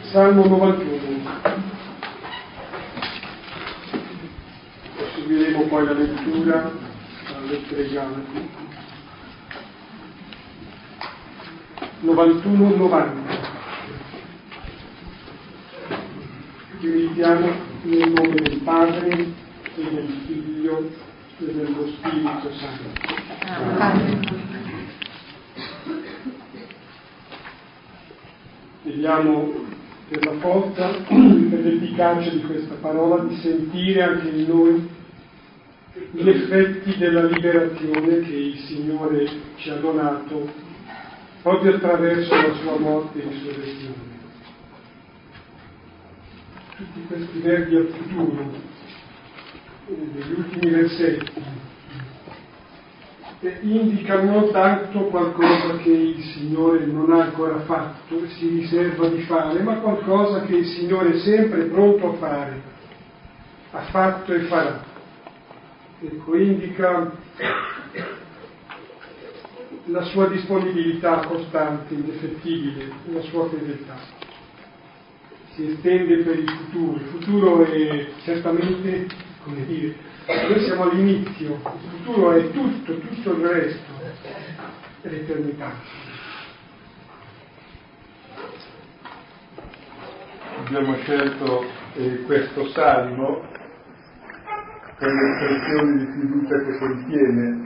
Salmo 91. Proseguiremo poi la lettura alla lettera ai Galati. 91-90. Meditiamo nel nome del Padre e del Figlio e dello Spirito Santo. Amen. Vediamo per la forza, per l'efficacia di questa parola, di sentire anche in noi gli effetti della liberazione che il Signore ci ha donato proprio attraverso la sua morte e risurrezione. Tutti questi verbi al futuro, negli ultimi versetti, indicano non tanto qualcosa che il Signore non ha ancora fatto e si riserva di fare, ma qualcosa che il Signore è sempre pronto a fare, ha fatto e farà. Ecco, indica la sua disponibilità costante, indefettibile, la sua fedeltà. Si estende per il futuro. Il futuro è certamente, come dire, noi siamo all'inizio, il futuro è tutto il resto, è l'eternità. Abbiamo scelto questo salmo per le espressioni di fiducia che contiene.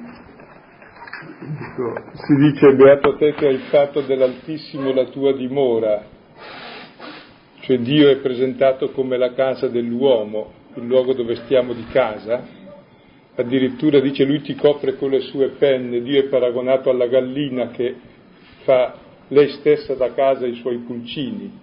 Si dice: beato te che hai fatto dell'Altissimo la tua dimora. Cioè Dio è presentato come la casa dell'uomo, il luogo dove stiamo di casa. Addirittura dice: lui ti copre con le sue penne. Dio è paragonato alla gallina che fa lei stessa da casa i suoi pulcini.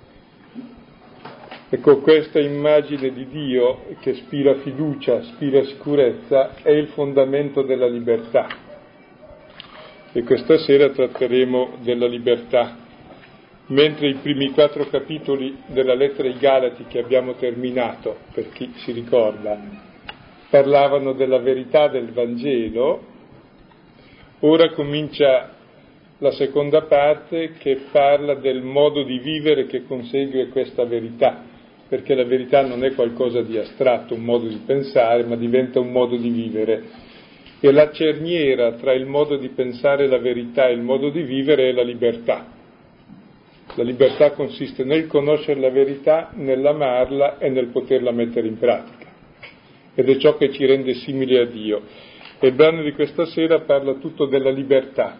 Ecco, questa immagine di Dio che ispira fiducia, ispira sicurezza, è il fondamento della libertà. E questa sera tratteremo della libertà, mentre i primi 4 capitoli della lettera ai Galati che abbiamo terminato, per chi si ricorda, parlavano della verità del Vangelo. Ora comincia la seconda parte che parla del modo di vivere che consegue questa verità, perché la verità non è qualcosa di astratto, un modo di pensare, ma diventa un modo di vivere. E la cerniera tra il modo di pensare la verità e il modo di vivere è la libertà. La libertà consiste nel conoscere la verità, nell'amarla e nel poterla mettere in pratica. Ed è ciò che ci rende simili a Dio. E il brano di questa sera parla tutto della libertà.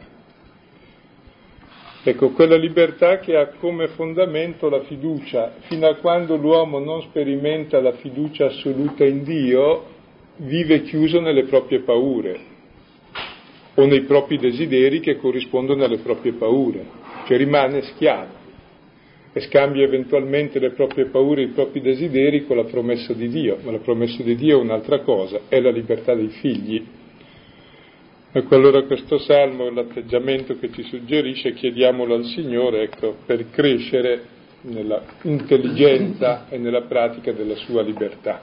Ecco, quella libertà che ha come fondamento la fiducia. Fino a quando l'uomo non sperimenta la fiducia assoluta in Dio, vive chiuso nelle proprie paure o nei propri desideri che corrispondono alle proprie paure, cioè rimane schiavo e scambia eventualmente le proprie paure e i propri desideri con la promessa di Dio, ma la promessa di Dio è un'altra cosa, è la libertà dei figli. Ecco, allora questo salmo è l'atteggiamento che ci suggerisce, chiediamolo al Signore, ecco, per crescere nella intelligenza e nella pratica della sua libertà.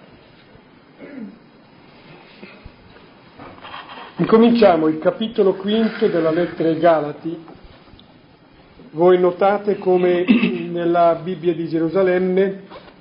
Incominciamo il capitolo 5 della lettera ai Galati. Voi notate come nella Bibbia di Gerusalemme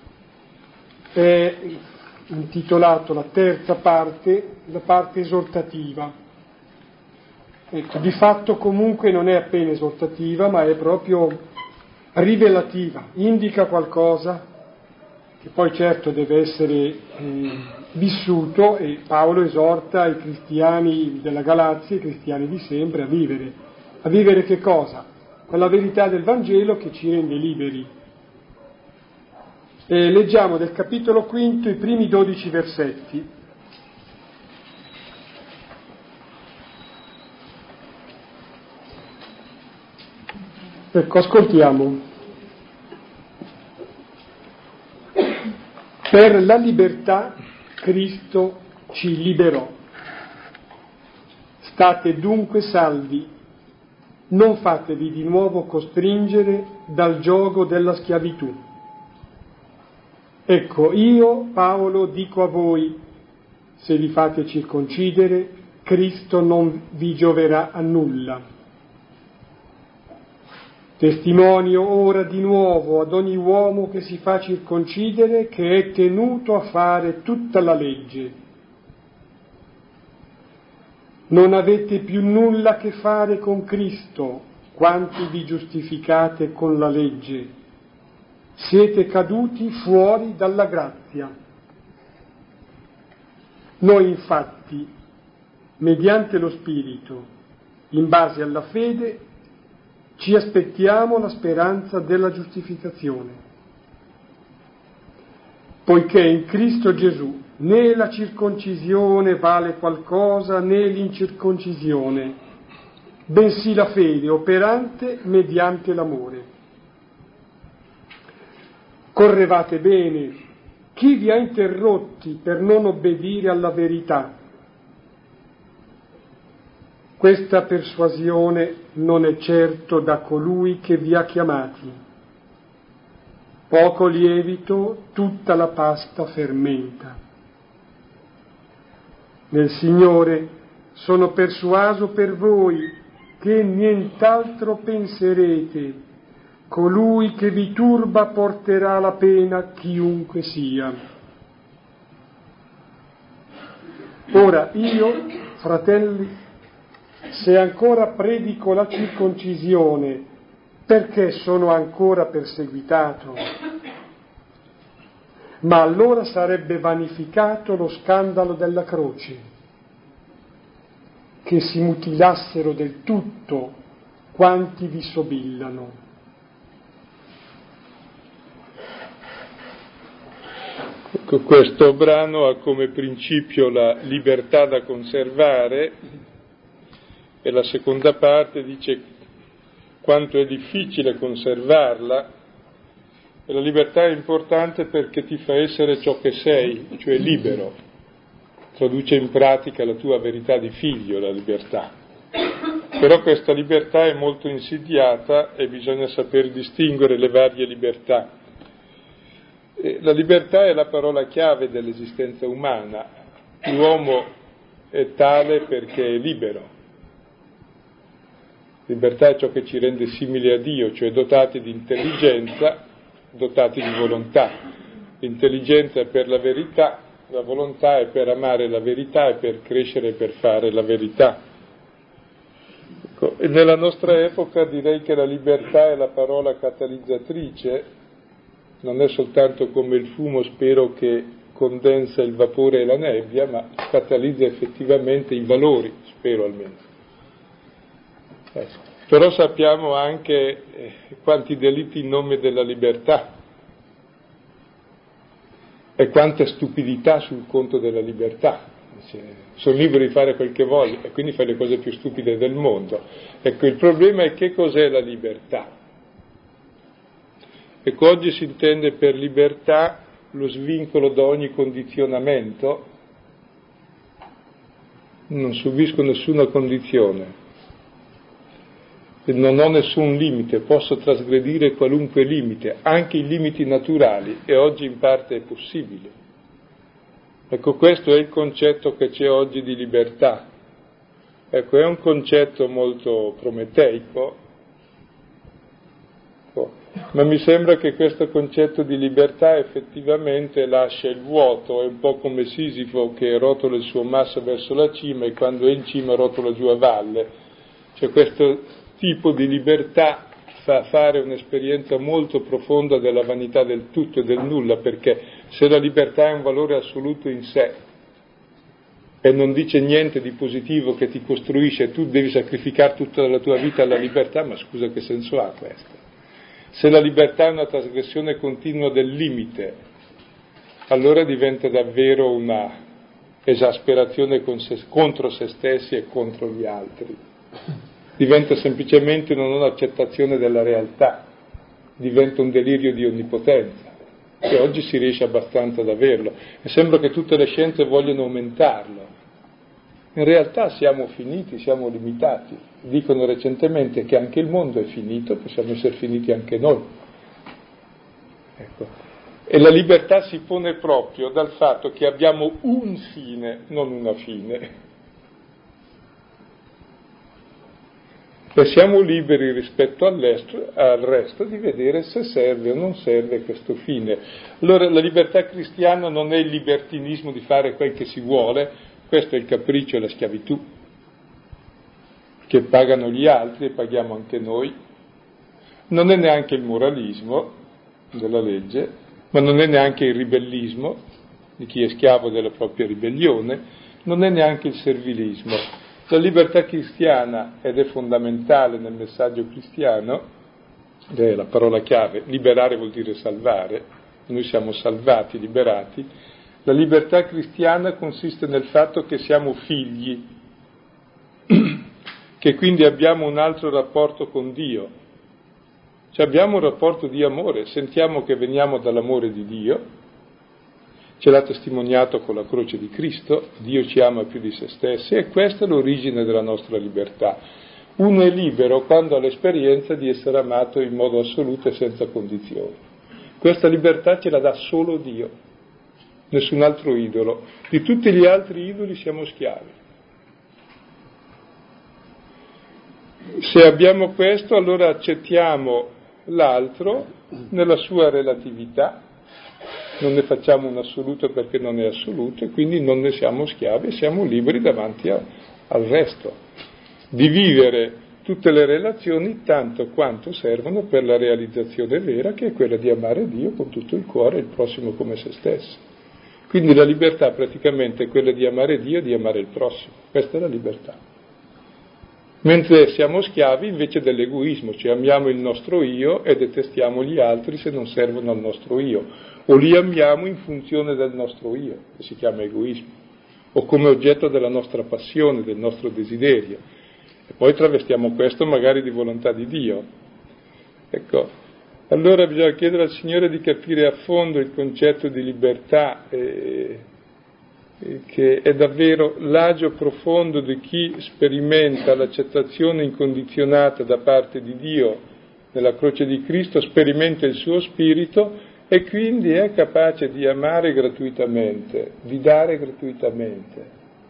è intitolato la terza parte, la parte esortativa. Ecco, di fatto comunque non è appena esortativa, ma è proprio rivelativa, indica qualcosa che poi certo deve essere vissuto, e Paolo esorta i cristiani della Galazia, i cristiani di sempre, a vivere. A vivere che cosa? Quella verità del Vangelo che ci rende liberi. E leggiamo del capitolo 5 i primi 12 versetti. Ecco, ascoltiamo. Per la libertà Cristo ci liberò. State dunque salvi. Non fatevi di nuovo costringere dal giogo della schiavitù. Ecco, io, Paolo, dico a voi, se vi fate circoncidere, Cristo non vi gioverà a nulla. Testimonio ora di nuovo ad ogni uomo che si fa circoncidere che è tenuto a fare tutta la legge. Non avete più nulla a che fare con Cristo, quanti vi giustificate con la legge. Siete caduti fuori dalla grazia. Noi infatti, mediante lo Spirito, in base alla fede, ci aspettiamo la speranza della giustificazione. Poiché in Cristo Gesù né la circoncisione vale qualcosa né l'incirconcisione, bensì la fede operante mediante l'amore. Correvate bene, chi vi ha interrotti per non obbedire alla verità? Questa persuasione non è certo da colui che vi ha chiamati. Poco lievito, tutta la pasta fermenta. Nel Signore sono persuaso per voi che nient'altro penserete. Colui che vi turba porterà la pena chiunque sia. Ora io, fratelli, se ancora predico la circoncisione, perché sono ancora perseguitato? Ma allora sarebbe vanificato lo scandalo della croce, che si mutilassero del tutto quanti vi sobillano. Ecco, questo brano ha come principio la libertà da conservare, e la seconda parte dice quanto è difficile conservarla, e la libertà è importante perché ti fa essere ciò che sei, cioè libero, traduce in pratica la tua verità di figlio, la libertà. Però questa libertà è molto insidiata e bisogna saper distinguere le varie libertà. E la libertà è la parola chiave dell'esistenza umana. L'uomo è tale perché è libero. Libertà è ciò che ci rende simili a Dio, cioè dotati di intelligenza, dotati di volontà. L'intelligenza è per la verità, la volontà è per amare la verità e per crescere e per fare la verità. Ecco, e nella nostra epoca direi che la libertà è la parola catalizzatrice, non è soltanto come il fumo, spero, che condensa il vapore e la nebbia, ma catalizza effettivamente i valori, spero almeno. Però sappiamo anche quanti delitti in nome della libertà e quanta stupidità sul conto della libertà. Sono libero di fare quel che voglio e quindi fai le cose più stupide del mondo. Ecco, il problema è che cos'è la libertà. Ecco, oggi si intende per libertà lo svincolo da ogni condizionamento, non subisco nessuna condizione. Non ho nessun limite, posso trasgredire qualunque limite, anche i limiti naturali, e oggi in parte è possibile. Ecco, questo è il concetto che c'è oggi di libertà. Ecco, è un concetto molto prometeico, ma mi sembra che questo concetto di libertà effettivamente lascia il vuoto, è un po' come Sisifo che rotola il suo masso verso la cima e quando è in cima rotola giù a valle. Cioè questo tipo di libertà fa fare un'esperienza molto profonda della vanità del tutto e del nulla, perché se la libertà è un valore assoluto in sé e non dice niente di positivo che ti costruisce, tu devi sacrificare tutta la tua vita alla libertà, ma scusa, che senso ha questo? Se la libertà è una trasgressione continua del limite, allora diventa davvero una esasperazione contro se stessi e contro gli altri. Diventa semplicemente una non accettazione della realtà, diventa un delirio di onnipotenza, che oggi si riesce abbastanza ad averlo, e sembra che tutte le scienze vogliono aumentarlo. In realtà siamo finiti, siamo limitati. Dicono recentemente che anche il mondo è finito, possiamo essere finiti anche noi. Ecco. E la libertà si pone proprio dal fatto che abbiamo un fine, non una fine. E siamo liberi rispetto al resto di vedere se serve o non serve questo fine. Allora la libertà cristiana non è il libertinismo di fare quel che si vuole, questo è il capriccio e la schiavitù, che pagano gli altri e paghiamo anche noi. Non è neanche il moralismo della legge, ma non è neanche il ribellismo di chi è schiavo della propria ribellione, non è neanche il servilismo. La libertà cristiana, ed è fondamentale nel messaggio cristiano, è la parola chiave, liberare vuol dire salvare, noi siamo salvati, liberati. La libertà cristiana consiste nel fatto che siamo figli, che quindi abbiamo un altro rapporto con Dio, cioè abbiamo un rapporto di amore, sentiamo che veniamo dall'amore di Dio, ce l'ha testimoniato con la croce di Cristo, Dio ci ama più di se stessi e questa è l'origine della nostra libertà. Uno è libero quando ha l'esperienza di essere amato in modo assoluto e senza condizioni. Questa libertà ce la dà solo Dio, nessun altro idolo. Di tutti gli altri idoli siamo schiavi. Se abbiamo questo, allora accettiamo l'altro nella sua relatività, non ne facciamo un assoluto perché non è assoluto e quindi non ne siamo schiavi e siamo liberi davanti al resto, di vivere tutte le relazioni tanto quanto servono per la realizzazione vera, che è quella di amare Dio con tutto il cuore e il prossimo come se stesso. Quindi la libertà praticamente è quella di amare Dio e di amare il prossimo, questa è la libertà. Mentre siamo schiavi invece dell'egoismo, cioè amiamo il nostro io e detestiamo gli altri se non servono al nostro io, o li amiamo in funzione del nostro io, che si chiama egoismo, o come oggetto della nostra passione, del nostro desiderio, e poi travestiamo questo magari di volontà di Dio. Ecco, allora bisogna chiedere al Signore di capire a fondo il concetto di libertà, che è davvero l'agio profondo di chi sperimenta l'accettazione incondizionata da parte di Dio nella croce di Cristo, sperimenta il suo spirito e quindi è capace di amare gratuitamente, di dare gratuitamente.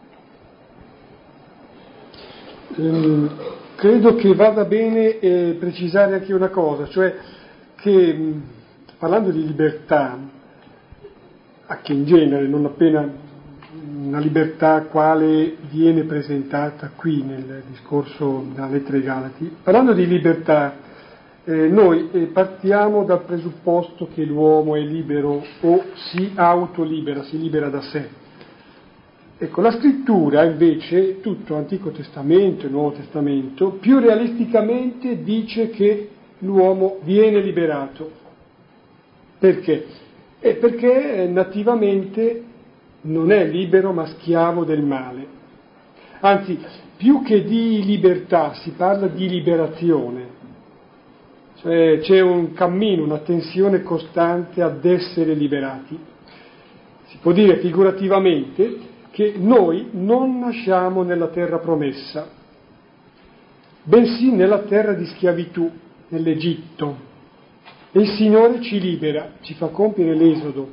Credo che vada bene precisare anche una cosa, cioè che parlando di libertà, anche in genere, non appena una libertà quale viene presentata qui nel discorso della lettera ai Galati, parlando di libertà noi partiamo dal presupposto che l'uomo è libero o si autolibera, si libera da sé. Ecco, la scrittura invece, tutto Antico Testamento e Nuovo Testamento, più realisticamente dice che l'uomo viene liberato. Perché? Perché nativamente non è libero ma schiavo del male. Anzi, più che di libertà si parla di liberazione. Cioè c'è un cammino, una tensione costante ad essere liberati. Si può dire figurativamente che noi non nasciamo nella terra promessa, bensì nella terra di schiavitù, nell'Egitto. E il Signore ci libera, ci fa compiere l'esodo.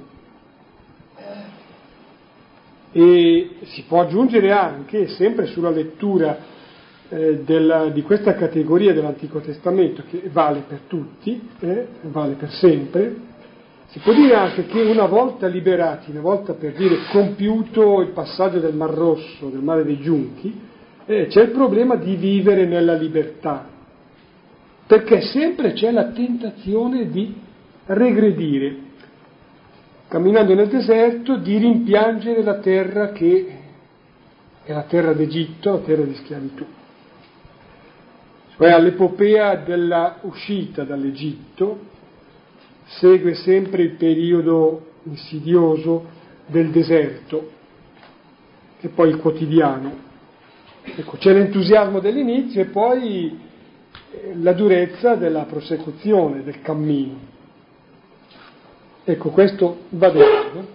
E si può aggiungere anche, sempre sulla lettura di questa categoria dell'Antico Testamento, che vale per tutti, vale per sempre, si può dire anche che una volta liberati, una volta per dire compiuto il passaggio del Mar Rosso, del Mare dei Giunchi, c'è il problema di vivere nella libertà, perché sempre c'è la tentazione di regredire, camminando nel deserto, di rimpiangere la terra che è la terra d'Egitto, la terra di schiavitù. Cioè all'epopea della uscita dall'Egitto segue sempre il periodo insidioso del deserto e poi il quotidiano. Ecco, c'è l'entusiasmo dell'inizio e poi la durezza della prosecuzione, del cammino. Ecco, questo va detto.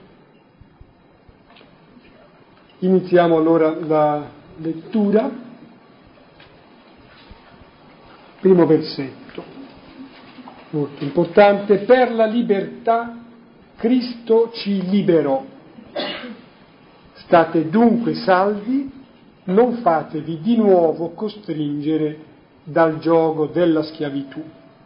Iniziamo allora la lettura. Primo versetto, molto importante. Per la libertà Cristo ci liberò. State dunque salvi, non fatevi di nuovo costringere dal giogo della schiavitù.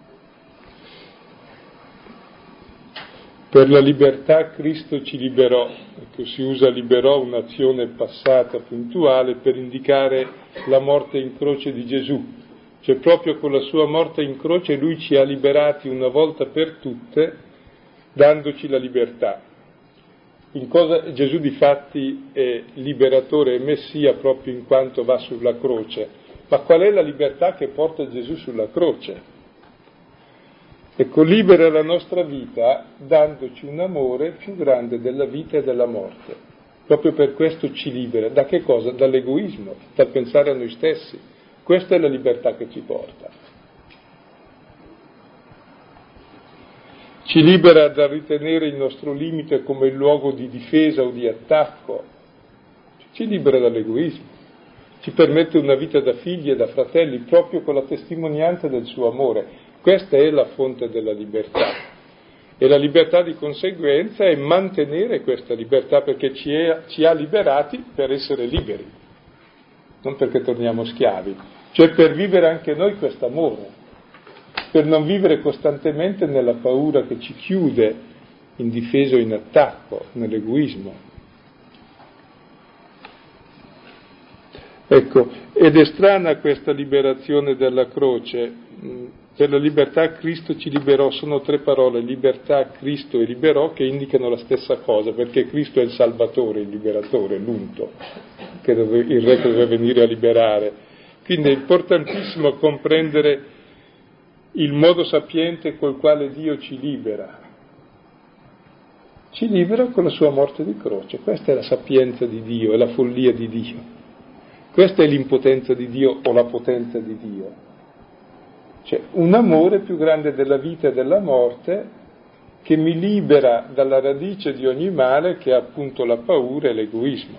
Per la libertà Cristo ci liberò, ecco, si usa liberò, un'azione passata puntuale per indicare la morte in croce di Gesù, cioè proprio con la sua morte in croce Lui ci ha liberati una volta per tutte, dandoci la libertà. Gesù difatti è liberatore e messia proprio in quanto va sulla croce, ma qual è la libertà che porta Gesù sulla croce? Ecco, libera la nostra vita dandoci un amore più grande della vita e della morte. Proprio per questo ci libera. Da che cosa? Dall'egoismo, dal pensare a noi stessi. Questa è la libertà che ci porta. Ci libera dal ritenere il nostro limite come il luogo di difesa o di attacco. Ci libera dall'egoismo. Ci permette una vita da figli e da fratelli proprio con la testimonianza del suo amore. Questa è la fonte della libertà e la libertà di conseguenza è mantenere questa libertà perché ci ha liberati per essere liberi, non perché torniamo schiavi, cioè per vivere anche noi quest'amore, per non vivere costantemente nella paura che ci chiude in difesa o in attacco, nell'egoismo. Ecco, ed è strana questa liberazione dalla croce. Per la libertà Cristo ci liberò, sono tre parole, libertà, Cristo e liberò, che indicano la stessa cosa, perché Cristo è il Salvatore, il liberatore, l'unto, che il Re che doveva venire a liberare. Quindi è importantissimo comprendere il modo sapiente col quale Dio ci libera. Ci libera con la sua morte di croce, questa è la sapienza di Dio, è la follia di Dio. Questa è l'impotenza di Dio o la potenza di Dio. Cioè un amore più grande della vita e della morte che mi libera dalla radice di ogni male che è appunto la paura e l'egoismo.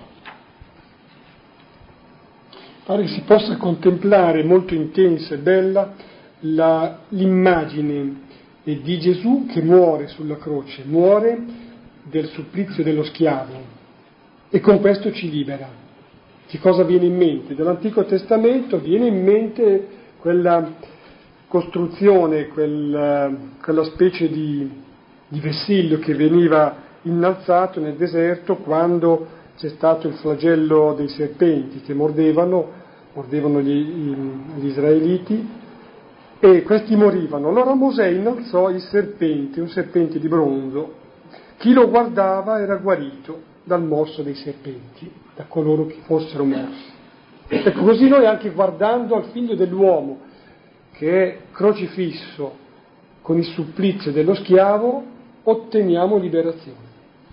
Pare che si possa contemplare molto intensa e bella l'immagine di Gesù che muore sulla croce, muore del supplizio dello schiavo e con questo ci libera. Che cosa viene in mente? Dall'Antico Testamento viene in mente quella costruzione, quella specie di vessillo che veniva innalzato nel deserto quando c'è stato il flagello dei serpenti che mordevano gli israeliti e questi morivano. Allora Mosè innalzò il serpente, un serpente di bronzo. Chi lo guardava era guarito dal morso dei serpenti, da coloro che fossero morsi. Ecco, così noi anche guardando al figlio dell'uomo che è crocifisso con il supplizio dello schiavo, otteniamo liberazione.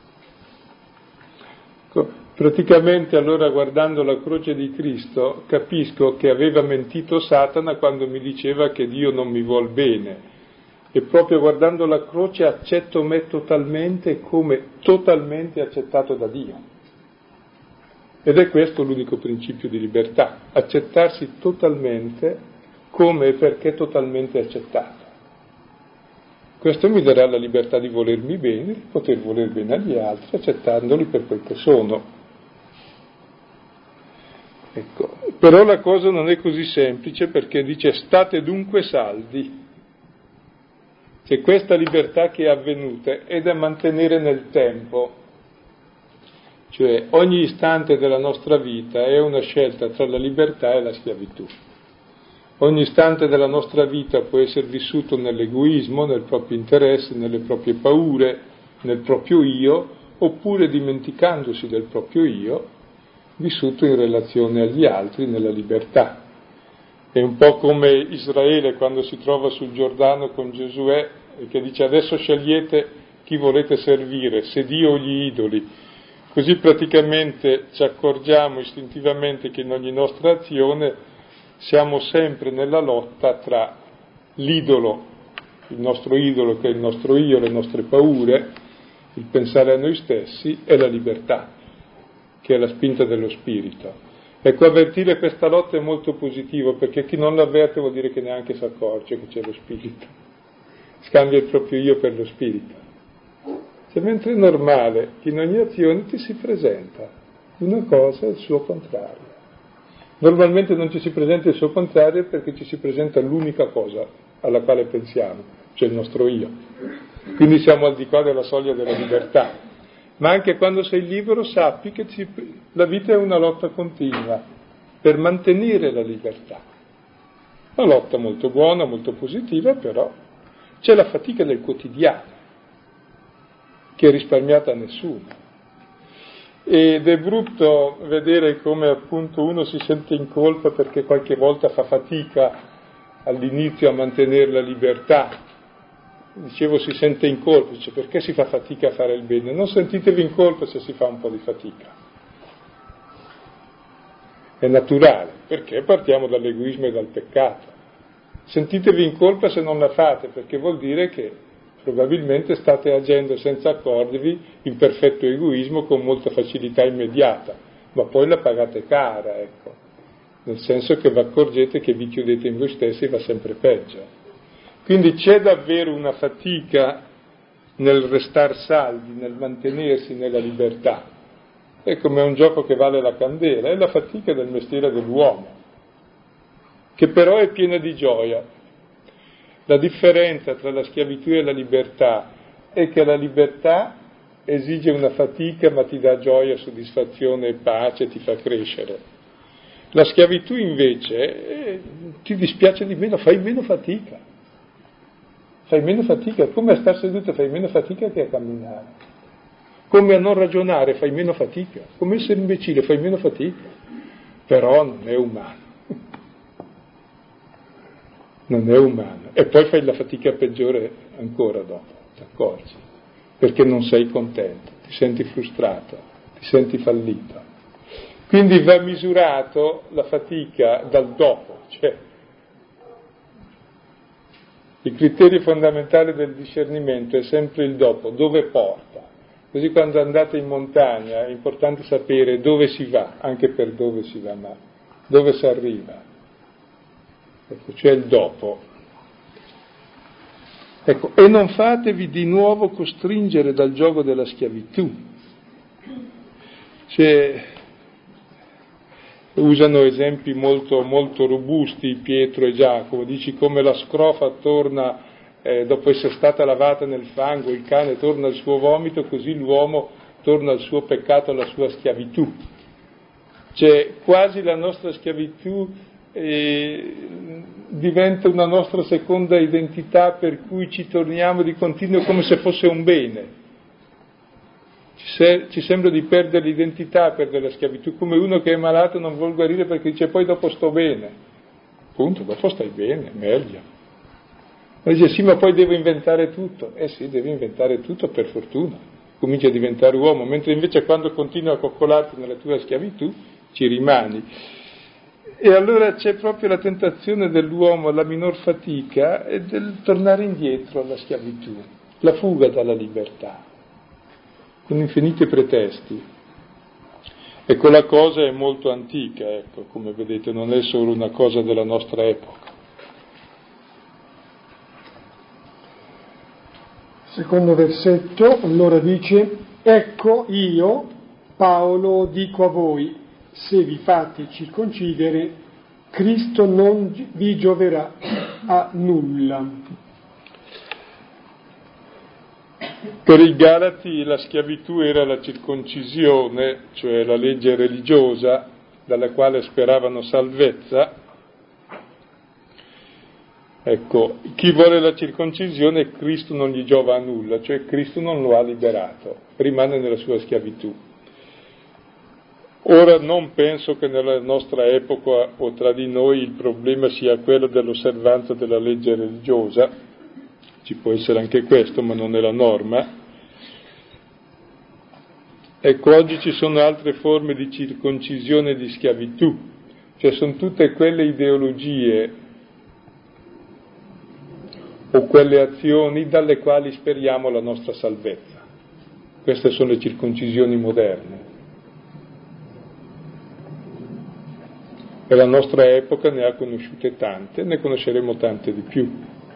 Praticamente allora guardando la croce di Cristo capisco che aveva mentito Satana quando mi diceva che Dio non mi vuol bene e proprio guardando la croce accetto me totalmente come totalmente accettato da Dio. Ed è questo l'unico principio di libertà, accettarsi totalmente come e perché totalmente accettato. Questo mi darà la libertà di volermi bene, di poter voler bene agli altri, accettandoli per quel che sono. Ecco. Però la cosa non è così semplice perché dice state dunque saldi. C'è questa libertà che è avvenuta è da mantenere nel tempo. Cioè ogni istante della nostra vita è una scelta tra la libertà e la schiavitù. Ogni istante della nostra vita può essere vissuto nell'egoismo, nel proprio interesse, nelle proprie paure, nel proprio io, oppure dimenticandosi del proprio io, vissuto in relazione agli altri, nella libertà. È un po' come Israele quando si trova sul Giordano con Giosuè e che dice adesso scegliete chi volete servire, se Dio o gli idoli. Così praticamente ci accorgiamo istintivamente che in ogni nostra azione siamo sempre nella lotta tra l'idolo, il nostro idolo che è il nostro io, le nostre paure, il pensare a noi stessi e la libertà, che è la spinta dello spirito. Ecco, avvertire questa lotta è molto positivo, perché chi non l'avverte vuol dire che neanche si accorge che c'è lo spirito. Scambia il proprio io per lo spirito. Cioè, mentre è normale che in ogni azione ti si presenta una cosa e il suo contrario. Normalmente non ci si presenta il suo contrario perché ci si presenta l'unica cosa alla quale pensiamo, cioè il nostro io. Quindi siamo al di qua della soglia della libertà. Ma anche quando sei libero sappi che la vita è una lotta continua per mantenere la libertà. Una lotta molto buona, molto positiva, però c'è la fatica del quotidiano, che è risparmiata a nessuno. Ed è brutto vedere come appunto uno si sente in colpa perché qualche volta fa fatica all'inizio a mantenere la libertà. Dicevo, si sente in colpa, dice perché si fa fatica a fare il bene? Non sentitevi in colpa se si fa un po' di fatica. È naturale, perché partiamo dall'egoismo e dal peccato. Sentitevi in colpa se non la fate, perché vuol dire che probabilmente state agendo senza accorgervi in perfetto egoismo con molta facilità immediata, ma poi la pagate cara, ecco, nel senso che vi accorgete che vi chiudete in voi stessi e va sempre peggio. Quindi c'è davvero una fatica nel restar saldi, nel mantenersi nella libertà. È come un gioco che vale la candela, è la fatica del mestiere dell'uomo, che però è piena di gioia. La differenza tra la schiavitù e la libertà è che la libertà esige una fatica ma ti dà gioia, soddisfazione e pace, ti fa crescere. La schiavitù invece ti dispiace di meno, fai meno fatica. Fai meno fatica, come a star seduto fai meno fatica che a camminare. Come a non ragionare fai meno fatica, come essere imbecille fai meno fatica, però non è umano. Non è umano. E poi fai la fatica peggiore ancora dopo, ti accorgi, perché non sei contento, ti senti frustrato, ti senti fallito. Quindi va misurato la fatica dal dopo, cioè il criterio fondamentale del discernimento è sempre il dopo, dove porta. Così quando andate in montagna è importante sapere dove si va, anche per dove si va, ma dove si arriva. Ecco, cioè il dopo. Ecco, e non fatevi di nuovo costringere dal giogo della schiavitù. Usano esempi molto, molto robusti Pietro e Giacomo, dici come la scrofa torna dopo essere stata lavata nel fango, il cane torna al suo vomito, così l'uomo torna al suo peccato, alla sua schiavitù. Cioè quasi la nostra schiavitù diventa una nostra seconda identità per cui ci torniamo di continuo come se fosse un bene. Ci sembra di perdere l'identità, perdere la schiavitù, come uno che è malato non vuol guarire perché dice poi dopo sto bene. Appunto, dopo stai bene, meglio. Ma dice sì, ma poi devo inventare tutto. Sì, devi inventare tutto per fortuna. Cominci a diventare uomo, mentre invece quando continui a coccolarti nella tua schiavitù ci rimani. E allora c'è proprio la tentazione dell'uomo, la minor fatica, è del tornare indietro alla schiavitù, la fuga dalla libertà, con infiniti pretesti. E quella cosa è molto antica, ecco, come vedete, non è solo una cosa della nostra epoca. Secondo versetto, allora dice: ecco io, Paolo, dico a voi, se vi fate circoncidere, Cristo non vi gioverà a nulla. Per i Galati la schiavitù era la circoncisione, cioè la legge religiosa dalla quale speravano salvezza. Ecco, chi vuole la circoncisione Cristo non gli giova a nulla, cioè Cristo non lo ha liberato, rimane nella sua schiavitù. Ora non penso che nella nostra epoca o tra di noi il problema sia quello dell'osservanza della legge religiosa, ci può essere anche questo, ma non è la norma. Ecco, oggi ci sono altre forme di circoncisione e di schiavitù, cioè sono tutte quelle ideologie o quelle azioni dalle quali speriamo la nostra salvezza. Queste sono le circoncisioni moderne. E la nostra epoca ne ha conosciute tante, ne conosceremo tante di più.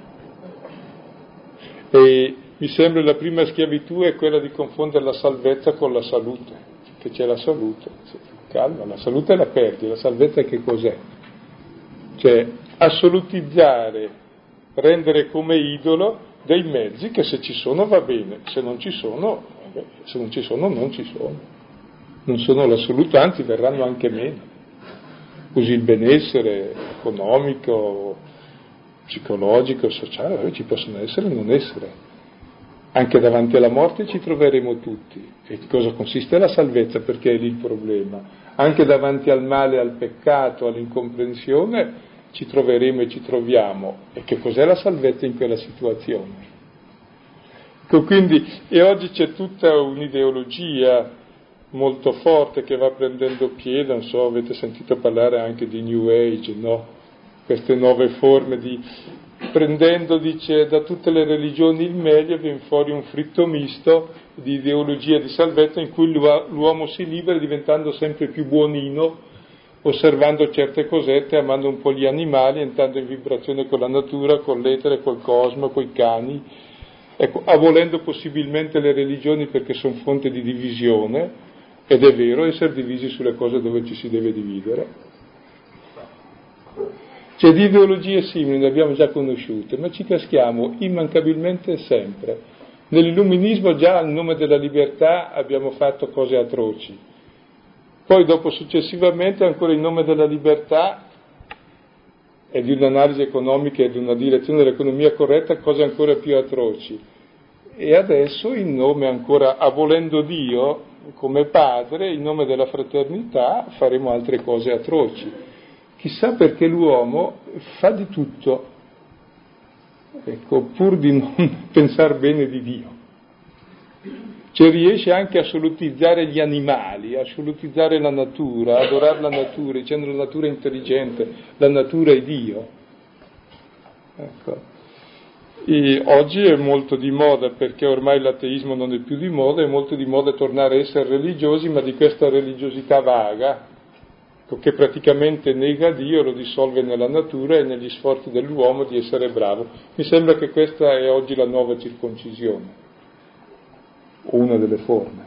E mi sembra la prima schiavitù è quella di confondere la salvezza con la salute, che c'è la salute, calma, la salute la perdi, la salvezza che cos'è? Cioè assolutizzare, rendere come idolo dei mezzi che se ci sono va bene, se non ci sono non ci sono, non sono l'assoluto, anzi verranno anche meno. Così il benessere economico, psicologico, sociale, ci possono essere e non essere. Anche davanti alla morte ci troveremo tutti. E in cosa consiste la salvezza? Perché è lì il problema. Anche davanti al male, al peccato, all'incomprensione ci troveremo e ci troviamo. E che cos'è la salvezza in quella situazione? Ecco, quindi, e oggi c'è tutta un'ideologia molto forte che va prendendo piede, non so, avete sentito parlare anche di New Age, no? Queste nuove forme di... prendendo, dice, da tutte le religioni il meglio, viene fuori un fritto misto di ideologia di salvezza in cui l'uomo si libera diventando sempre più buonino, osservando certe cosette, amando un po' gli animali, entrando in vibrazione con la natura, con l'etere, col cosmo, coi cani, ecco, abolendo possibilmente le religioni perché sono fonte di divisione, ed è vero essere divisi sulle cose dove ci si deve dividere. Cioè di ideologie simili ne abbiamo già conosciute, ma ci caschiamo immancabilmente sempre. Nell'illuminismo già al nome della libertà abbiamo fatto cose atroci. Poi dopo successivamente ancora in nome della libertà e di un'analisi economica e di una direzione dell'economia corretta cose ancora più atroci. E adesso in nome ancora abolendo Dio come padre, in nome della fraternità faremo altre cose atroci. Chissà perché l'uomo fa di tutto, ecco, pur di non pensare bene di Dio. Cioè riesce anche a assolutizzare gli animali, a assolutizzare la natura, a adorare la natura, dicendo la natura è intelligente, la natura è Dio. Ecco. E oggi è molto di moda, perché ormai l'ateismo non è più di moda, è molto di moda tornare a essere religiosi, ma di questa religiosità vaga, che praticamente nega Dio, lo dissolve nella natura e negli sforzi dell'uomo di essere bravo. Mi sembra che questa è oggi la nuova circoncisione, una delle forme.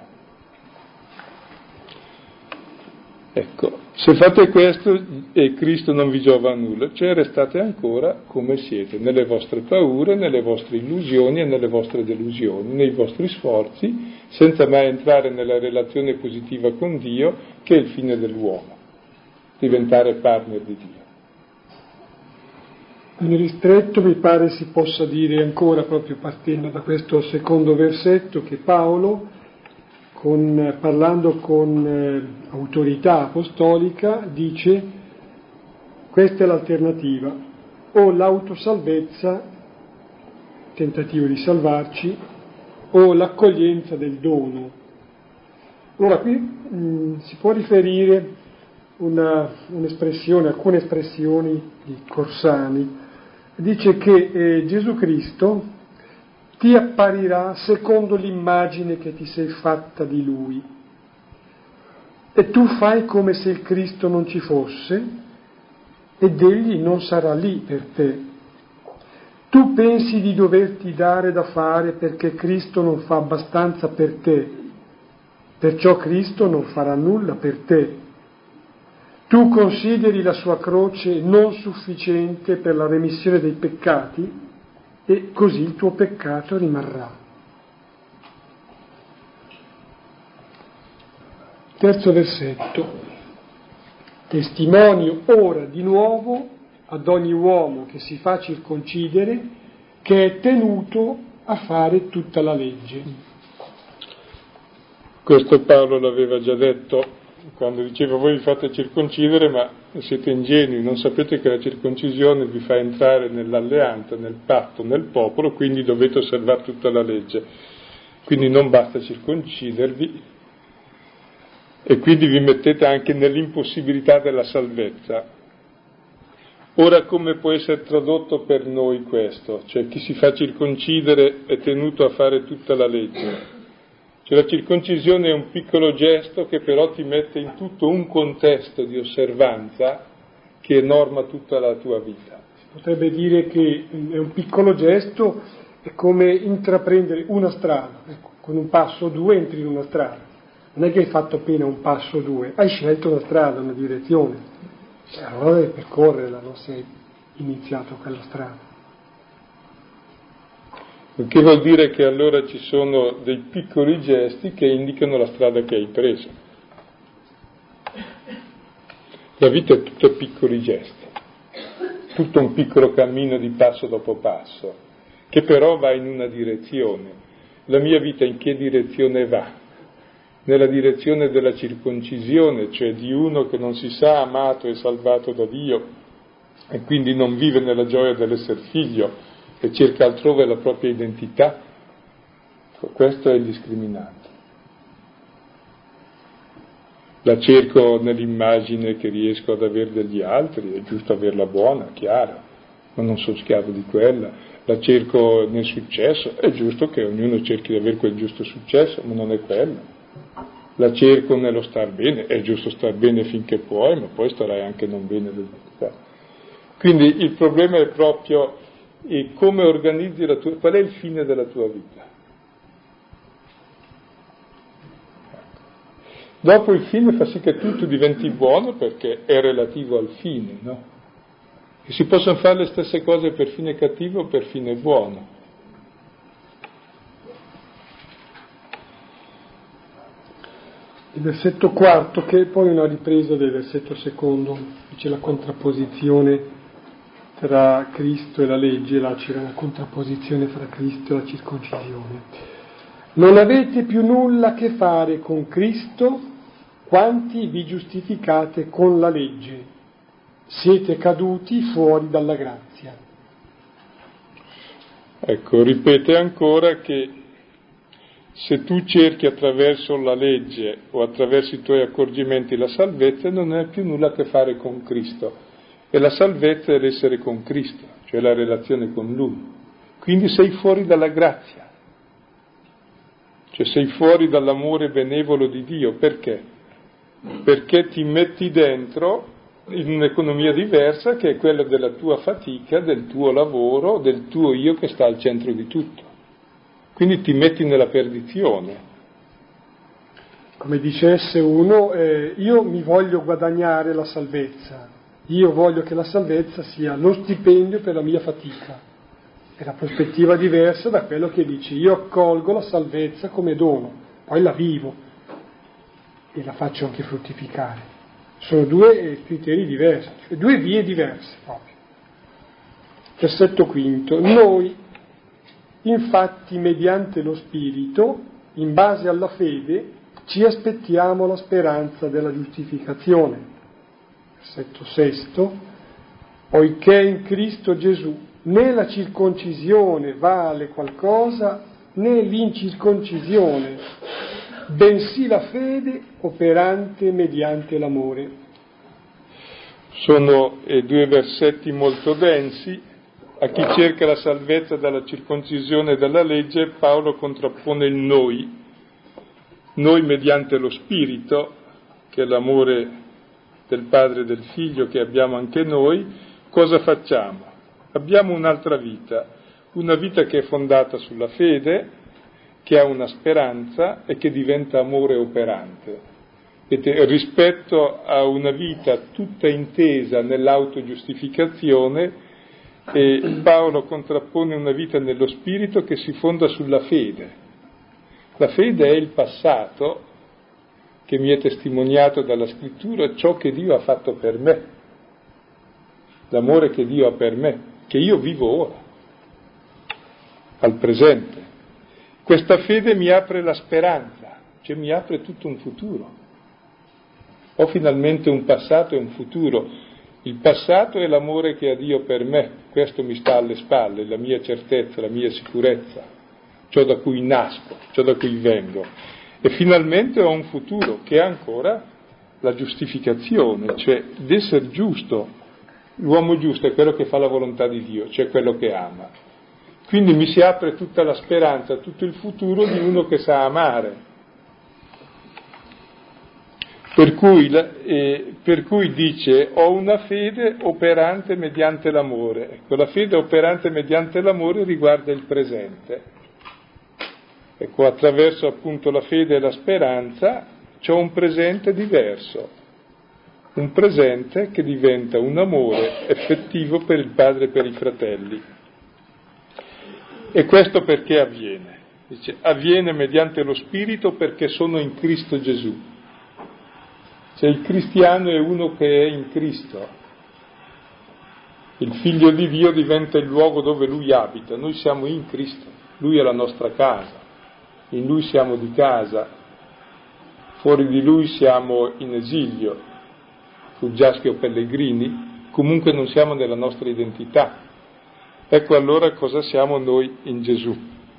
Ecco, se fate questo e Cristo non vi giova a nulla, cioè restate ancora come siete, nelle vostre paure, nelle vostre illusioni e nelle vostre delusioni, nei vostri sforzi, senza mai entrare nella relazione positiva con Dio, che è il fine dell'uomo, diventare partner di Dio. In ristretto mi pare si possa dire ancora, proprio partendo da questo secondo versetto, che Paolo, parlando con autorità apostolica, dice: questa è l'alternativa, o l'autosalvezza, tentativo di salvarci, o l'accoglienza del dono. Allora qui si può riferire un'espressione, alcune espressioni di Corsani. Dice che Gesù Cristo ti apparirà secondo l'immagine che ti sei fatta di Lui, e tu fai come se il Cristo non ci fosse ed Egli non sarà lì per te. Tu pensi di doverti dare da fare perché Cristo non fa abbastanza per te, perciò Cristo non farà nulla per te. Tu consideri la sua croce non sufficiente per la remissione dei peccati e così il tuo peccato rimarrà. Terzo versetto. Testimonio ora di nuovo ad ogni uomo che si fa circoncidere che è tenuto a fare tutta la legge. Questo Paolo l'aveva già detto quando diceva: voi vi fate circoncidere ma siete ingenui, non sapete che la circoncisione vi fa entrare nell'alleanza, nel patto, nel popolo, quindi dovete osservare tutta la legge. Quindi non basta circoncidervi e quindi vi mettete anche nell'impossibilità della salvezza. Ora come può essere tradotto per noi questo? Cioè chi si fa circoncidere è tenuto a fare tutta la legge. Cioè la circoncisione è un piccolo gesto che però ti mette in tutto un contesto di osservanza che norma tutta la tua vita. Si potrebbe dire che è un piccolo gesto, è come intraprendere una strada, ecco, con un passo o due entri in una strada, Non è che hai fatto appena un passo o due, hai scelto una strada, una direzione, allora devi percorrerla, non sei iniziato quella strada. Il che vuol dire che allora ci sono dei piccoli gesti che indicano la strada che hai preso. La vita è tutta piccoli gesti, tutto un piccolo cammino di passo dopo passo, che però va in una direzione. La mia vita in che direzione va? Nella direzione della circoncisione, cioè di uno che non si sa amato e salvato da Dio e quindi non vive nella gioia dell'essere figlio e cerca altrove la propria identità. Questo è il discriminante. La cerco nell'immagine che riesco ad avere degli altri, è giusto averla buona, chiaro, ma non sono schiavo di quella. La cerco nel successo, è giusto che ognuno cerchi di avere quel giusto successo, ma non è quello. La cerco nello star bene, è giusto star bene finché puoi, ma poi starai anche non bene del tutto. Quindi il problema è proprio come organizzi la tua, qual è il fine della tua vita. Dopo il fine fa sì che tutto diventi buono perché è relativo al fine, no? E si possono fare le stesse cose per fine cattivo o per fine buono. Il versetto quarto, che è poi una ripresa del versetto secondo, c'è la contrapposizione tra Cristo e la legge, là c'era una contrapposizione fra Cristo e la circoncisione. Non avete più nulla a che fare con Cristo quanti vi giustificate con la legge. Siete caduti fuori dalla grazia. Ecco, ripete ancora che se tu cerchi attraverso la legge o attraverso i tuoi accorgimenti la salvezza, non hai più nulla a che fare con Cristo. E la salvezza è l'essere con Cristo, cioè la relazione con Lui. Quindi sei fuori dalla grazia, cioè sei fuori dall'amore benevolo di Dio. Perché? Perché ti metti dentro in un'economia diversa che è quella della tua fatica, del tuo lavoro, del tuo io che sta al centro di tutto. Quindi ti metti nella perdizione. Come dicesse uno, io mi voglio guadagnare la salvezza, io voglio che la salvezza sia lo stipendio per la mia fatica. È una prospettiva diversa da quello che dici, io accolgo la salvezza come dono, poi la vivo e la faccio anche fruttificare. Sono due criteri diversi, cioè due vie diverse proprio. Versetto quinto, noi infatti mediante lo Spirito, in base alla fede, ci aspettiamo la speranza della giustificazione. Versetto sesto, poiché in Cristo Gesù né la circoncisione vale qualcosa né l'incirconcisione, bensì la fede operante mediante l'amore. Sono due versetti molto densi. A chi cerca la salvezza dalla circoncisione e dalla legge, Paolo contrappone il noi mediante lo Spirito, che è l'amore del Padre e del Figlio che abbiamo anche noi. Cosa facciamo? Abbiamo un'altra vita, una vita che è fondata sulla fede, che ha una speranza e che diventa amore operante. Rispetto a una vita tutta intesa nell'autogiustificazione, e Paolo contrappone una vita nello Spirito che si fonda sulla fede. La fede è il passato che mi è testimoniato dalla Scrittura, ciò che Dio ha fatto per me, l'amore che Dio ha per me, che io vivo ora, al presente. Questa fede mi apre la speranza, cioè mi apre tutto un futuro. Ho finalmente un passato e un futuro. Il passato è l'amore che ha Dio per me, questo mi sta alle spalle, la mia certezza, la mia sicurezza, ciò da cui nasco, ciò da cui vengo. E finalmente ho un futuro che è ancora la giustificazione, cioè l'essere giusto. L'uomo giusto è quello che fa la volontà di Dio, cioè quello che ama. Quindi mi si apre tutta la speranza, tutto il futuro di uno che sa amare. Per cui dice, ho una fede operante mediante l'amore. Ecco, la fede operante mediante l'amore riguarda il presente. Ecco, attraverso appunto la fede e la speranza c'ho un presente diverso, un presente che diventa un amore effettivo per il padre e per i fratelli. E questo perché avviene? Dice, avviene mediante lo Spirito perché sono in Cristo Gesù. Cioè il cristiano è uno che è in Cristo. Il figlio di Dio diventa il luogo dove lui abita. Noi siamo in Cristo, lui è la nostra casa, in lui siamo di casa, fuori di lui siamo in esilio, fuggiaschi o pellegrini, comunque non siamo nella nostra identità. Ecco allora cosa siamo noi in Gesù.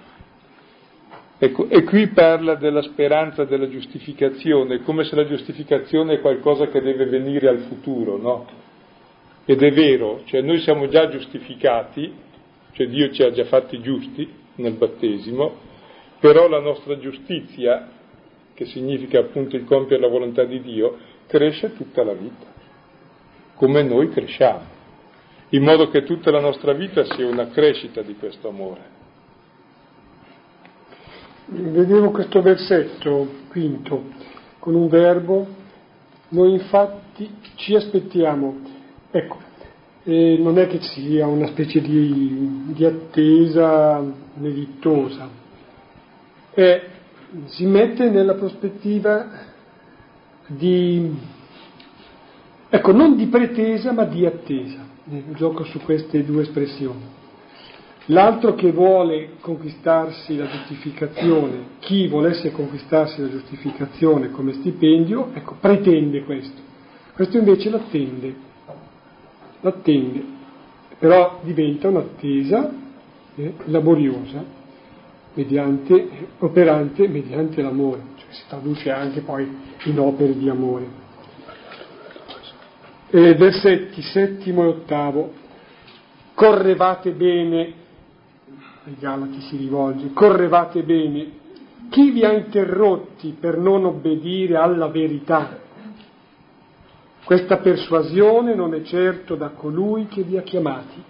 Ecco, e qui parla della speranza della giustificazione, come se la giustificazione è qualcosa che deve venire al futuro, no? Ed è vero, cioè noi siamo già giustificati, cioè Dio ci ha già fatti giusti nel battesimo, però la nostra giustizia, che significa appunto il compiere la volontà di Dio, cresce tutta la vita, come noi cresciamo, in modo che tutta la nostra vita sia una crescita di questo amore. Vedevo questo versetto quinto con un verbo, noi infatti ci aspettiamo, ecco, non è che ci sia una specie di attesa delittosa, si mette nella prospettiva di, ecco, non di pretesa ma di attesa, gioco su queste due espressioni. L'altro che vuole conquistarsi la giustificazione, chi volesse conquistarsi la giustificazione come stipendio, ecco, pretende questo. Questo invece l'attende, però diventa un'attesa laboriosa, operante mediante l'amore, cioè si traduce anche poi in opere di amore. Versetti 7 e 8, correvate bene, ai Galati si rivolge, correvate bene, chi vi ha interrotti per non obbedire alla verità? Questa persuasione non è certo da colui che vi ha chiamati.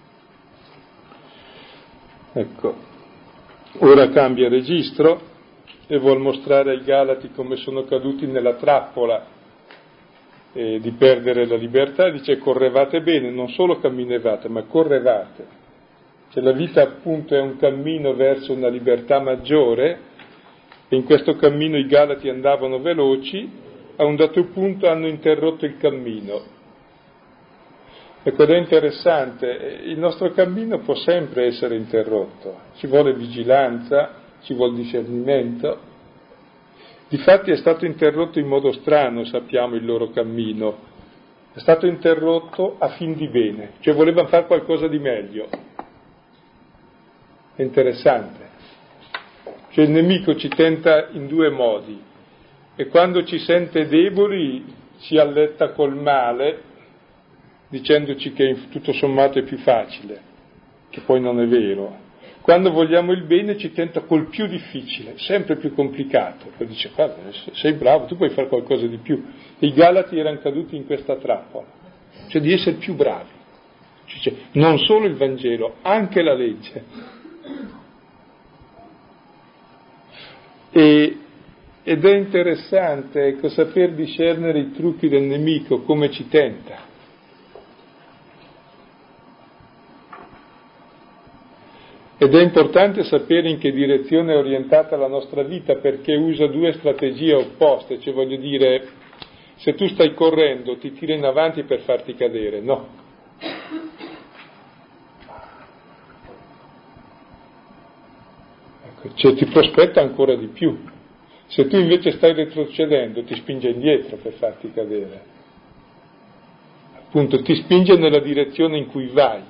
Ecco, ora cambia registro e vuol mostrare ai Galati come sono caduti nella trappola di perdere la libertà. Dice correvate bene, non solo camminevate, ma correvate. Cioè la vita appunto è un cammino verso una libertà maggiore e in questo cammino i Galati andavano veloci, a un dato punto hanno interrotto il cammino. Ecco, ed è interessante, il nostro cammino può sempre essere interrotto, ci vuole vigilanza, ci vuole discernimento. Difatti è stato interrotto in modo strano, sappiamo, il loro cammino, è stato interrotto a fin di bene, cioè volevano fare qualcosa di meglio. È interessante. Cioè il nemico ci tenta in due modi e quando ci sente deboli ci alletta col male dicendoci che tutto sommato è più facile, che poi non è vero. Quando vogliamo il bene ci tenta col più difficile, sempre più complicato. Poi dice, guarda, sei bravo, tu puoi fare qualcosa di più. E i Galati erano caduti in questa trappola, cioè di essere più bravi. Cioè, non solo il Vangelo, anche la legge. Ed è interessante, ecco, saper discernere i trucchi del nemico, come ci tenta. Ed è importante sapere in che direzione è orientata la nostra vita, perché usa due strategie opposte, cioè voglio dire, se tu stai correndo ti tira in avanti per farti cadere, no. Ecco, cioè ti prospetta ancora di più. Se tu invece stai retrocedendo ti spinge indietro per farti cadere. Appunto, ti spinge nella direzione in cui vai.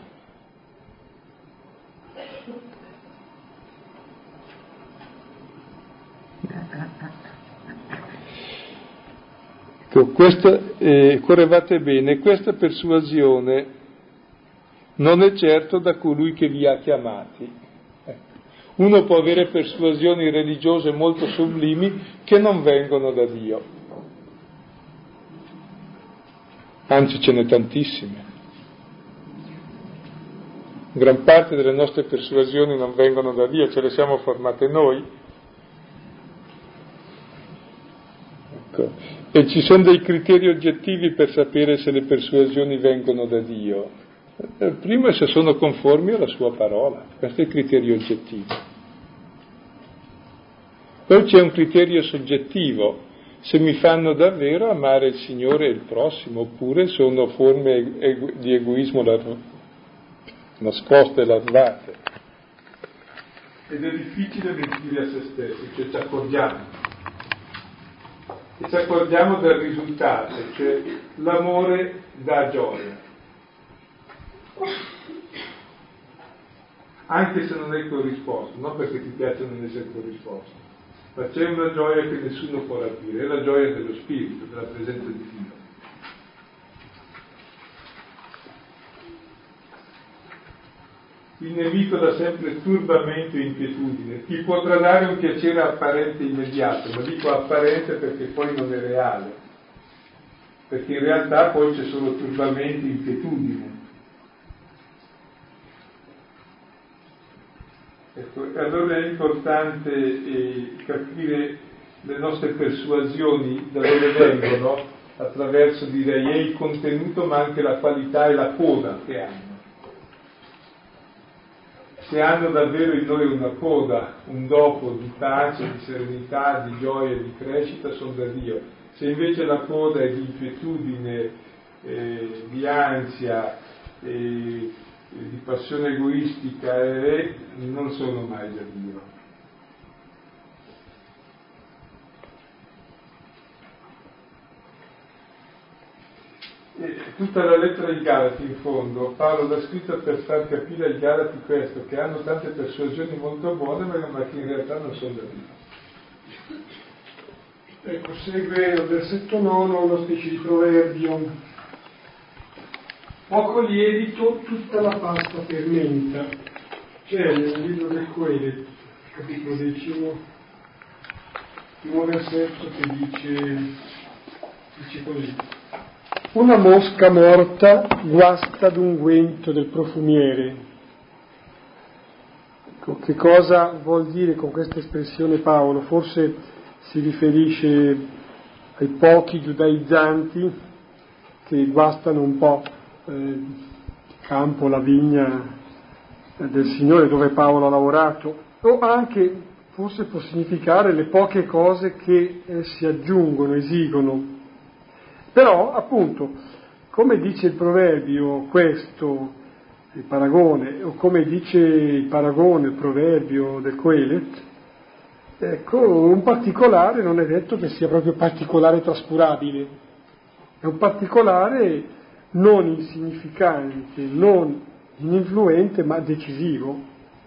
Correvate bene, questa persuasione non è certo da colui che vi ha chiamati. Uno può avere persuasioni religiose molto sublimi che non vengono da Dio, anzi ce n'è tantissime. Gran parte delle nostre persuasioni non vengono da Dio, ce le siamo formate noi. Ecco. E ci sono dei criteri oggettivi per sapere se le persuasioni vengono da Dio. Primo è se sono conformi alla sua parola, questo è il criterio oggettivo. Poi c'è un criterio soggettivo, se mi fanno davvero amare il Signore e il prossimo, oppure sono forme di egoismo nascoste, larvate. Ed è difficile mentire a se stessi, cioè ci accorgiamo. E ci accorgiamo del risultato, cioè l'amore dà gioia. Anche se non è corrisposto, non perché ti piace non essere corrisposto, ma c'è una gioia che nessuno può rapire, è la gioia dello Spirito, della presenza di Dio. Il nemico dà sempre turbamento e inquietudine, ti potrà dare un piacere apparente e immediato, ma dico apparente perché poi non è reale, perché in realtà poi c'è solo turbamento e inquietudine. Ecco, e allora è importante capire le nostre persuasioni da dove vengono, attraverso, direi, il contenuto ma anche la qualità e la coda che hanno. Se hanno davvero in noi una coda, un dopo di pace, di serenità, di gioia, di crescita, sono da Dio. Se invece la coda è di inquietudine, di ansia, di passione egoistica, non sono mai da Dio. Tutta la lettera ai Galati, in fondo, Paolo l'ha scritta per far capire ai Galati questo, che hanno tante persuasioni molto buone, ma che in realtà non sono da Dio. Ecco, segue al versetto 9 una specie di proverbio. Poco lievito, tutta la pasta fermenta. C'è nel libro del Coelet, capitolo 10, primo versetto, che dice così: una mosca morta guasta d'unguento del profumiere. Ecco, che cosa vuol dire con questa espressione Paolo? Forse si riferisce ai pochi giudaizzanti che guastano un po' il campo, la vigna del Signore dove Paolo ha lavorato, o anche forse può significare le poche cose che si aggiungono, esigono. Però, appunto, come dice il proverbio questo, il paragone, o come dice il paragone, il proverbio del Coelet, ecco, un particolare non è detto che sia proprio particolare trascurabile, è un particolare non insignificante, non ininfluente, ma decisivo.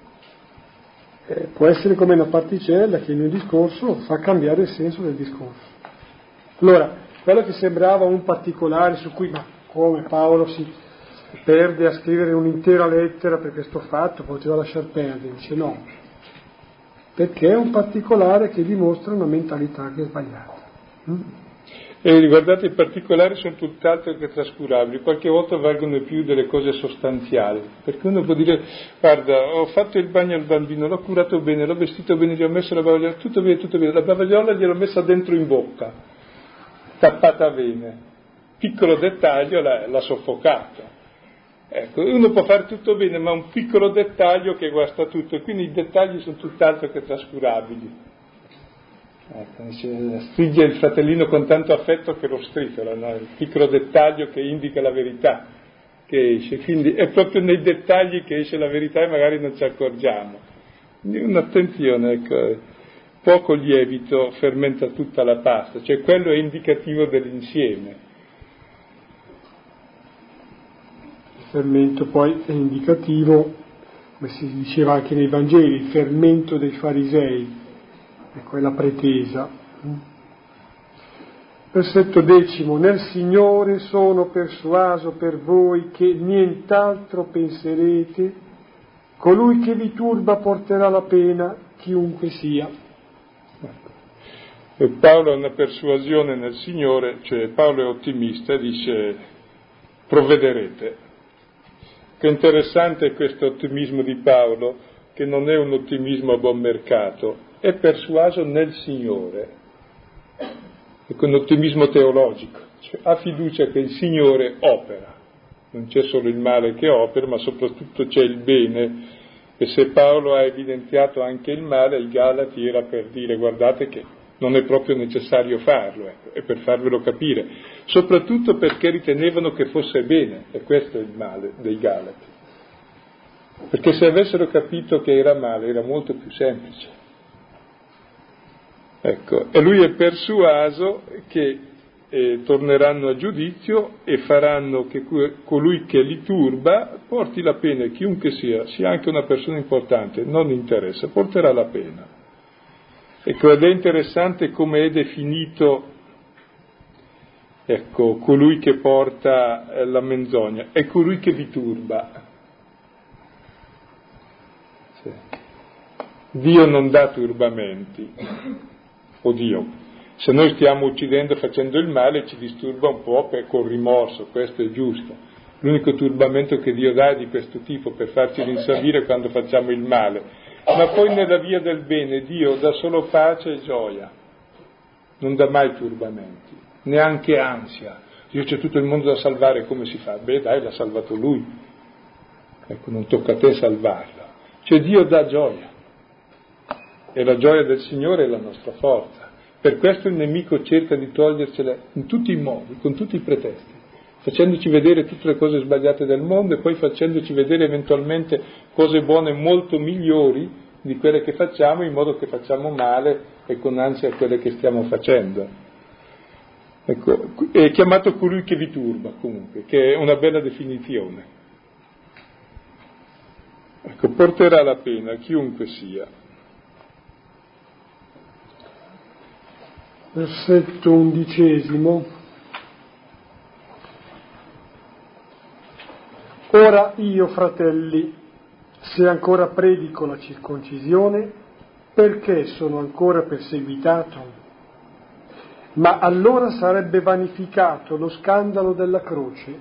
Può essere come una particella che in un discorso fa cambiare il senso del discorso. Allora, quello che sembrava un particolare su cui, ma come Paolo si perde a scrivere un'intera lettera per questo fatto, poteva lasciar perdere, dice no, perché è un particolare che dimostra una mentalità che è sbagliata. E guardate, i particolari sono tutt'altro che trascurabili, qualche volta valgono più delle cose sostanziali, perché uno può dire: guarda, ho fatto il bagno al bambino, l'ho curato bene, l'ho vestito bene, gli ho messo la bavagliola, tutto bene, la bavagliola gliel'ho messa dentro in bocca, tappata bene, piccolo dettaglio l'ha soffocato. Ecco, uno può fare tutto bene, ma un piccolo dettaglio che guasta tutto, e quindi i dettagli sono tutt'altro che trascurabili. Ecco, stringe il fratellino con tanto affetto che lo strifola, no? Il piccolo dettaglio che indica la verità che esce, quindi è proprio nei dettagli che esce la verità e magari non ci accorgiamo. Quindi un'attenzione, ecco, poco lievito fermenta tutta la pasta, cioè quello è indicativo dell'insieme. Il fermento poi è indicativo, come si diceva anche nei Vangeli, il fermento dei farisei, ecco, è la pretesa. Versetto 10: nel Signore sono persuaso per voi che nient'altro penserete, colui che vi turba porterà la pena, chiunque sia. E Paolo ha una persuasione nel Signore, cioè Paolo è ottimista e dice: provvederete. Che interessante è questo ottimismo di Paolo, che non è un ottimismo a buon mercato, è persuaso nel Signore. e con ottimismo teologico, cioè ha fiducia che il Signore opera, non c'è solo il male che opera, ma soprattutto c'è il bene, e se Paolo ha evidenziato anche il male, ai Galati era per dire guardate che non è proprio necessario farlo, ecco, e per farvelo capire, soprattutto perché ritenevano che fosse bene, e questo è il male dei Galati, perché se avessero capito che era male era molto più semplice. Ecco, e lui è persuaso che torneranno a giudizio e faranno che colui che li turba porti la pena, e chiunque sia anche una persona importante, non interessa, porterà la pena. Ecco, ed è interessante come è definito, ecco, colui che porta la menzogna, è colui che vi turba. Sì. Dio non dà turbamenti, o Dio. Se noi stiamo uccidendo facendo il male ci disturba un po' con rimorso, questo è giusto. L'unico turbamento che Dio dà è di questo tipo, per farci rinsavire quando facciamo il male. Ma poi nella via del bene Dio dà solo pace e gioia, non dà mai turbamenti, neanche ansia. Dio, c'è tutto il mondo da salvare, come si fa? Beh dai, l'ha salvato Lui. Ecco, non tocca a te salvarlo. Cioè Dio dà gioia, e la gioia del Signore è la nostra forza. Per questo il nemico cerca di togliercela in tutti i modi, con tutti i pretesti, facendoci vedere tutte le cose sbagliate del mondo e poi facendoci vedere eventualmente cose buone molto migliori di quelle che facciamo, in modo che facciamo male e con ansia quelle che stiamo facendo. Ecco, è chiamato colui che vi turba, comunque, che è una bella definizione. Ecco, porterà la pena chiunque sia. Versetto 11. Ora io, fratelli, se ancora predico la circoncisione, perché sono ancora perseguitato? Ma allora sarebbe vanificato lo scandalo della croce.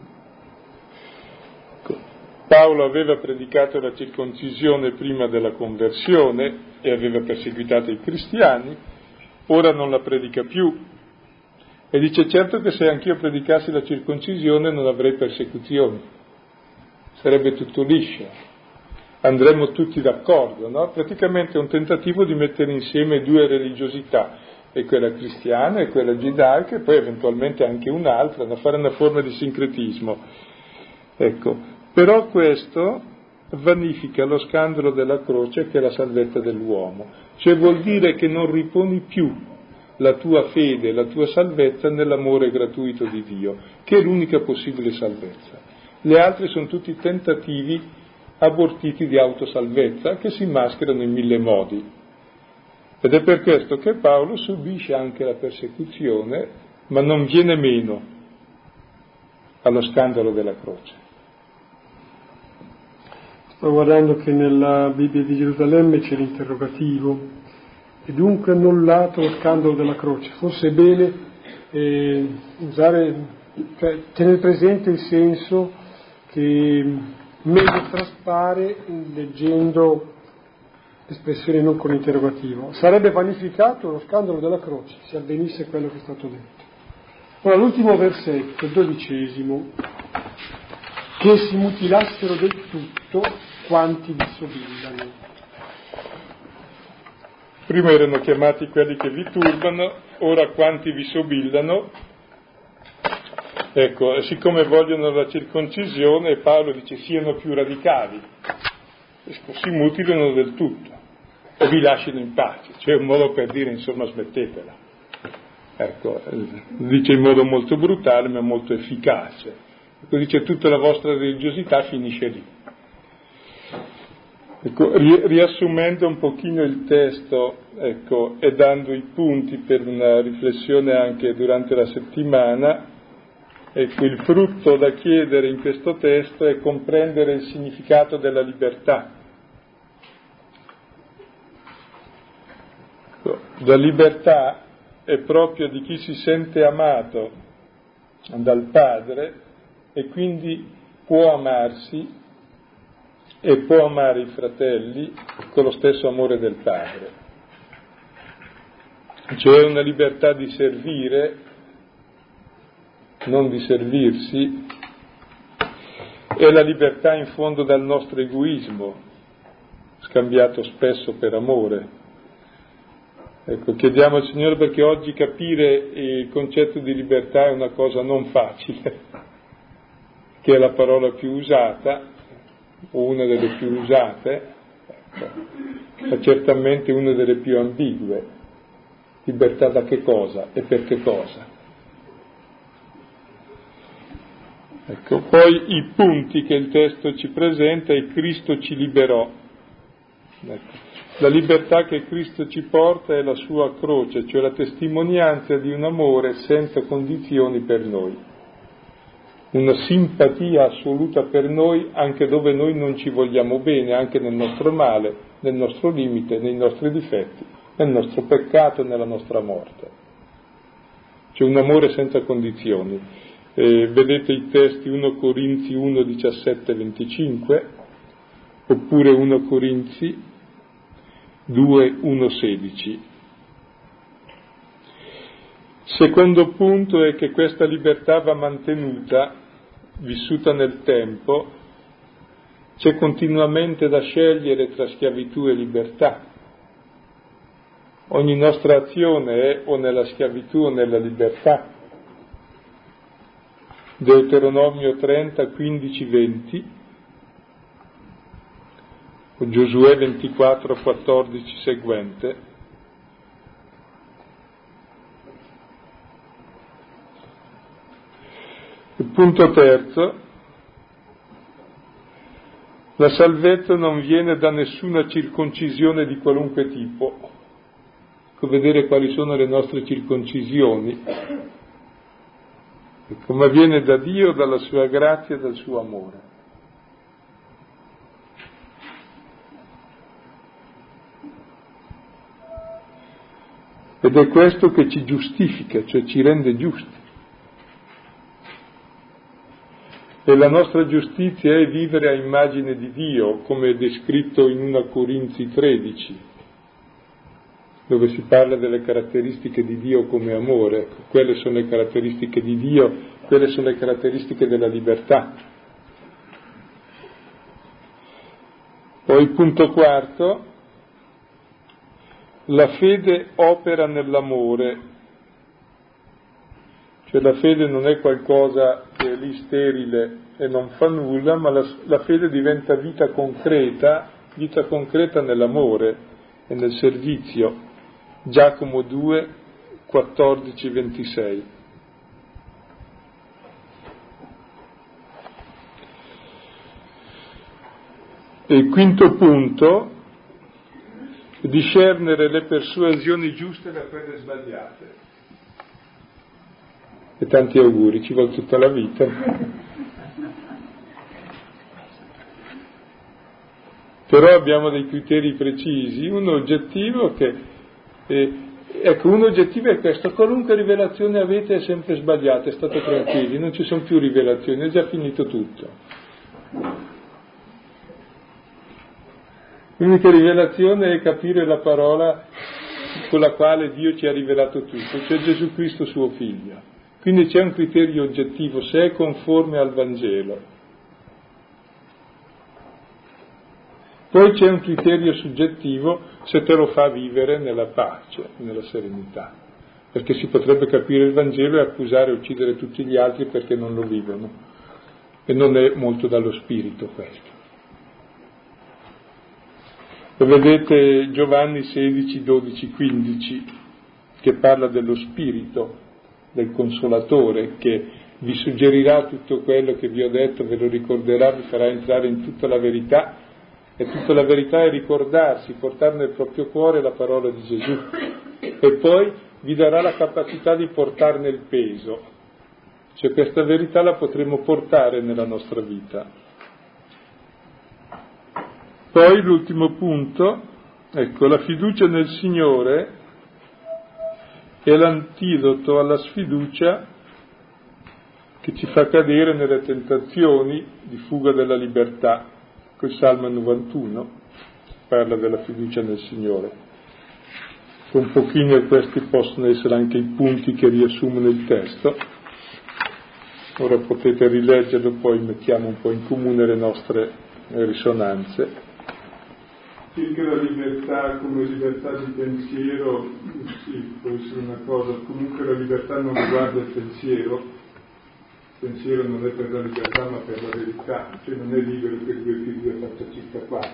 Paolo aveva predicato la circoncisione prima della conversione e aveva perseguitato i cristiani, ora non la predica più. E dice: certo che se anch'io predicassi la circoncisione non avrei persecuzioni, sarebbe tutto liscio, andremmo tutti d'accordo, no? Praticamente è un tentativo di mettere insieme due religiosità, e quella cristiana e quella giudaica, e poi eventualmente anche un'altra, da fare una forma di sincretismo. Ecco, però questo vanifica lo scandalo della croce, che è la salvezza dell'uomo, cioè vuol dire che non riponi più la tua fede, la tua salvezza nell'amore gratuito di Dio, che è l'unica possibile salvezza. Le altre sono tutti tentativi abortiti di autosalvezza che si mascherano in mille modi. Ed è per questo che Paolo subisce anche la persecuzione, ma non viene meno allo scandalo della croce. Sto guardando che nella Bibbia di Gerusalemme c'è l'interrogativo, e dunque annullato lo scandalo della croce. Forse è bene tenere presente il senso che meglio traspare leggendo l'espressione non con interrogativo. Sarebbe vanificato lo scandalo della croce se avvenisse quello che è stato detto. Ora l'ultimo versetto, il 12, che si mutilassero del tutto quanti disobillano. Prima erano chiamati quelli che vi turbano, ora quanti vi sobillano. Ecco, siccome vogliono la circoncisione, Paolo dice siano più radicali, si mutilano del tutto o vi lasciano in pace, cioè un modo per dire insomma smettetela. Ecco, dice in modo molto brutale ma molto efficace. Ecco, dice tutta la vostra religiosità finisce lì. Ecco, riassumendo un pochino il testo, ecco, e dando i punti per una riflessione anche durante la settimana, ecco, il frutto da chiedere in questo testo è comprendere il significato della libertà. Ecco, la libertà è proprio di chi si sente amato dal Padre e quindi può amarsi e può amare i fratelli con lo stesso amore del Padre. cioè una libertà di servire, non di servirsi, è la libertà in fondo dal nostro egoismo, scambiato spesso per amore. Ecco, chiediamo al Signore, perché oggi capire il concetto di libertà è una cosa non facile, che è la parola più usata, o una delle più usate, ma certamente una delle più ambigue. Libertà da che cosa e per che cosa? Ecco, poi i punti che il testo ci presenta: e Cristo ci liberò. Ecco. La libertà che Cristo ci porta è la sua croce, cioè la testimonianza di un amore senza condizioni per noi, una simpatia assoluta per noi anche dove noi non ci vogliamo bene, anche nel nostro male, nel nostro limite, nei nostri difetti, nel nostro peccato e nella nostra morte. C'è un amore senza condizioni. Vedete i testi 1 Corinzi 1, 17, 25, oppure 1 Corinzi 2, 1, 16. Secondo punto è che questa libertà va mantenuta, vissuta nel tempo. C'è continuamente da scegliere tra schiavitù e libertà. Ogni nostra azione è o nella schiavitù o nella libertà. Deuteronomio 30, 15, 20, o Giosuè 24, 14 seguente. Il punto terzo: la salvezza non viene da nessuna circoncisione di qualunque tipo. Ecco, vedere quali sono le nostre circoncisioni, ecco, ma viene da Dio, dalla sua grazia e dal suo amore. Ed è questo che ci giustifica, cioè ci rende giusti. E la nostra giustizia è vivere a immagine di Dio, come è descritto in 1 Corinzi 13, dove si parla delle caratteristiche di Dio come amore. Quelle sono le caratteristiche di Dio, quelle sono le caratteristiche della libertà. Poi punto quarto: la fede opera nell'amore. Cioè la fede non è qualcosa che è lì sterile e non fa nulla, ma la fede diventa vita concreta nell'amore e nel servizio. Giacomo 2, 14, 26. E il quinto punto: discernere le persuasioni giuste da quelle sbagliate. E tanti auguri, ci vuole tutta la vita. Però abbiamo dei criteri precisi. Uno oggettivo uno oggettivo è questo: qualunque rivelazione avete è sempre sbagliata, state tranquilli, non ci sono più rivelazioni, è già finito tutto. L'unica rivelazione è capire la parola con la quale Dio ci ha rivelato tutto, cioè Gesù Cristo suo Figlio. Quindi c'è un criterio oggettivo, se è conforme al Vangelo. Poi c'è un criterio soggettivo, se te lo fa vivere nella pace, nella serenità. Perché si potrebbe capire il Vangelo e accusare e uccidere tutti gli altri perché non lo vivono. E non è molto dallo spirito questo. E vedete Giovanni 16, 12, 15, che parla dello spirito, del Consolatore, che vi suggerirà tutto quello che vi ho detto, ve lo ricorderà, vi farà entrare in tutta la verità, e tutta la verità è ricordarsi, portare nel proprio cuore la parola di Gesù, e poi vi darà la capacità di portarne il peso, cioè questa verità la potremo portare nella nostra vita. Poi l'ultimo punto, ecco, la fiducia nel Signore è l'antidoto alla sfiducia che ci fa cadere nelle tentazioni di fuga dalla libertà. Quel Salmo 91 parla della fiducia nel Signore. Un pochino questi possono essere anche i punti che riassumono il testo. Ora potete rileggerlo, poi mettiamo un po' in comune le nostre risonanze. Circa la libertà come libertà di pensiero, sì, può essere una cosa, comunque la libertà non riguarda il pensiero non è per la libertà ma per la verità, cioè non è libero che 2 più 2 faccia circa 4.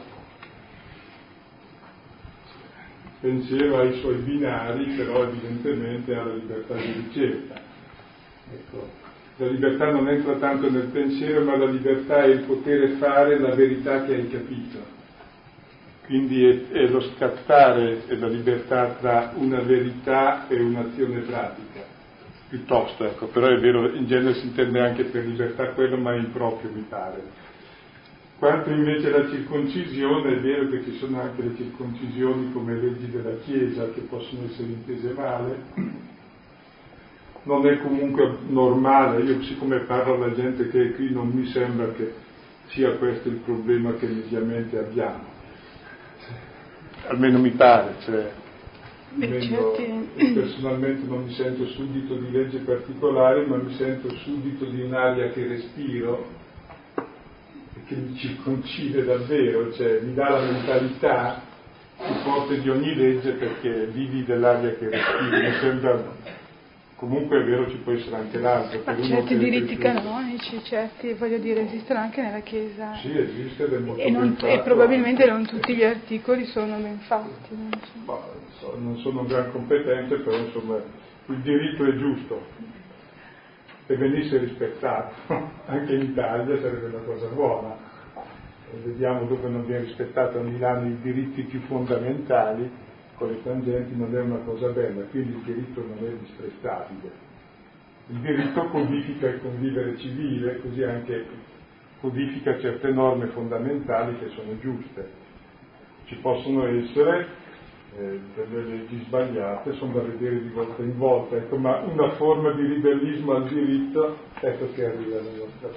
Il pensiero ha i suoi binari, però evidentemente ha la libertà di ricerca. Ecco, la libertà non entra tanto nel pensiero, ma la libertà è il potere fare la verità che hai capito. Quindi è lo scattare la libertà tra una verità e un'azione pratica, piuttosto, ecco, però è vero, in genere si intende anche per libertà quello, ma è improprio, mi pare. Quanto invece la circoncisione, è vero che ci sono anche le circoncisioni come leggi della Chiesa che possono essere intese male, non è comunque normale, io siccome parlo alla gente che è qui non mi sembra che sia questo il problema che mediamente abbiamo. Almeno mi pare, cioè, personalmente non mi sento suddito di leggi particolari, ma mi sento suddito di un'aria che respiro e che mi circoncide davvero, cioè mi dà la mentalità più forte di ogni legge perché vivi dell'aria che respiri. Mi sembra, comunque è vero, ci può essere anche l'altro. Ma certi diritti canonici, certi, voglio dire, esistono anche nella Chiesa. Sì, esiste ed è molto e probabilmente non tutti gli articoli sono ben fatti. Non sono un gran competente, però insomma il diritto è giusto e venisse rispettato. Anche in Italia sarebbe una cosa buona. E vediamo dove non viene rispettato a Milano i diritti più fondamentali. Con le tangenti non è una cosa bella, quindi il diritto non è disprezzabile. Il diritto codifica il convivere civile, così anche codifica certe norme fondamentali che sono giuste. Ci possono essere delle leggi sbagliate, sono da vedere di volta in volta, ecco, ma una forma di ribellismo al diritto, ecco che arriva nella nostra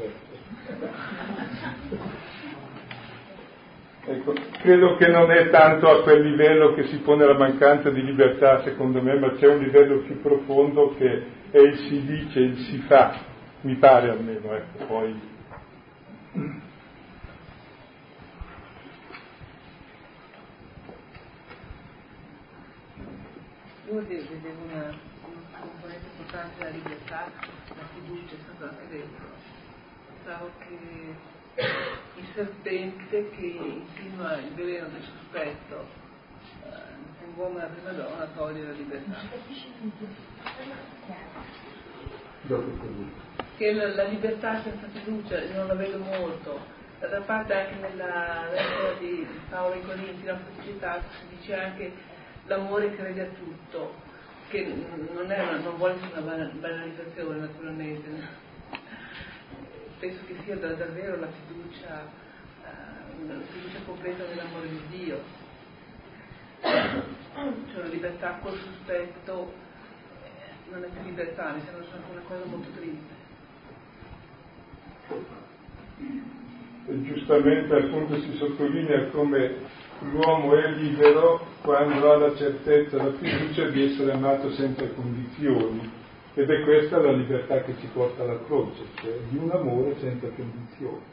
testa. Ecco, credo che non è tanto a quel livello che si pone la mancanza di libertà, secondo me, ma c'è un livello più profondo che è il si dice, il si fa, mi pare almeno, ecco, poi. Io vedevo una componente importante della libertà, la fiducia, è stato anche detto. Pensavo che il serpente che insinua il veleno del sospetto, un uomo e una prima donna, toglie la libertà. Che la libertà senza fiducia non la vedo molto. D'altra parte anche nella lettera di Paolo ai Corinzi, la felicità, si dice anche l'amore crede a tutto, che non vuole essere una banalizzazione naturalmente. Penso che sia davvero la fiducia completa nell'amore di Dio, cioè la libertà col sospetto non è più libertà, mi sembra una cosa molto triste. E giustamente appunto si sottolinea come l'uomo è libero quando ha la certezza, la fiducia di essere amato senza condizioni. Ed è questa la libertà che ci porta alla croce, cioè di un amore senza condizioni.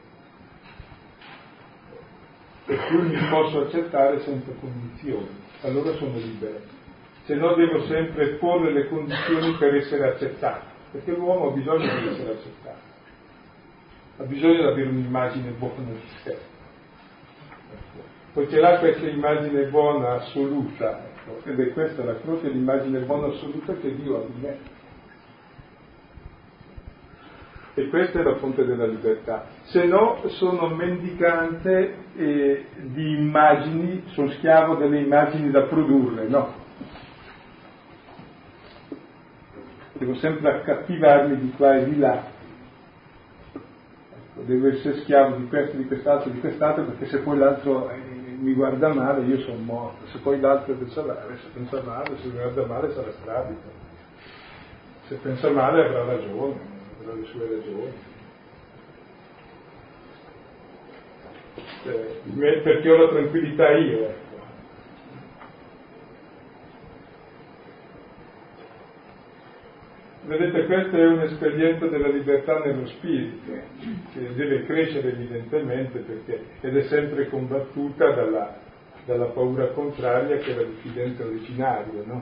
Per cui mi posso accettare senza condizioni, allora sono libero. Se no devo sempre porre le condizioni per essere accettato, perché l'uomo ha bisogno di essere accettato, ha bisogno di avere un'immagine buona di sé. Poi ce l'ha questa immagine buona assoluta, ecco, ed è questa la croce, l'immagine buona assoluta che Dio ha di me. E questa è la fonte della libertà. Se no sono mendicante di immagini, sono schiavo delle immagini da produrre, no? Devo sempre accattivarmi di qua e di là. Ecco, devo essere schiavo di questo, di quest'altro, perché se poi l'altro mi guarda male io sono morto. Se poi l'altro pensa male, se mi guarda male sarà strabico. Se pensa male avrà ragione. Le sue ragioni, perché ho la tranquillità io, ecco. Vedete, questa è un'esperienza della libertà nello spirito, che deve crescere evidentemente ed è sempre combattuta dalla paura contraria che è la diffidenza originaria, no?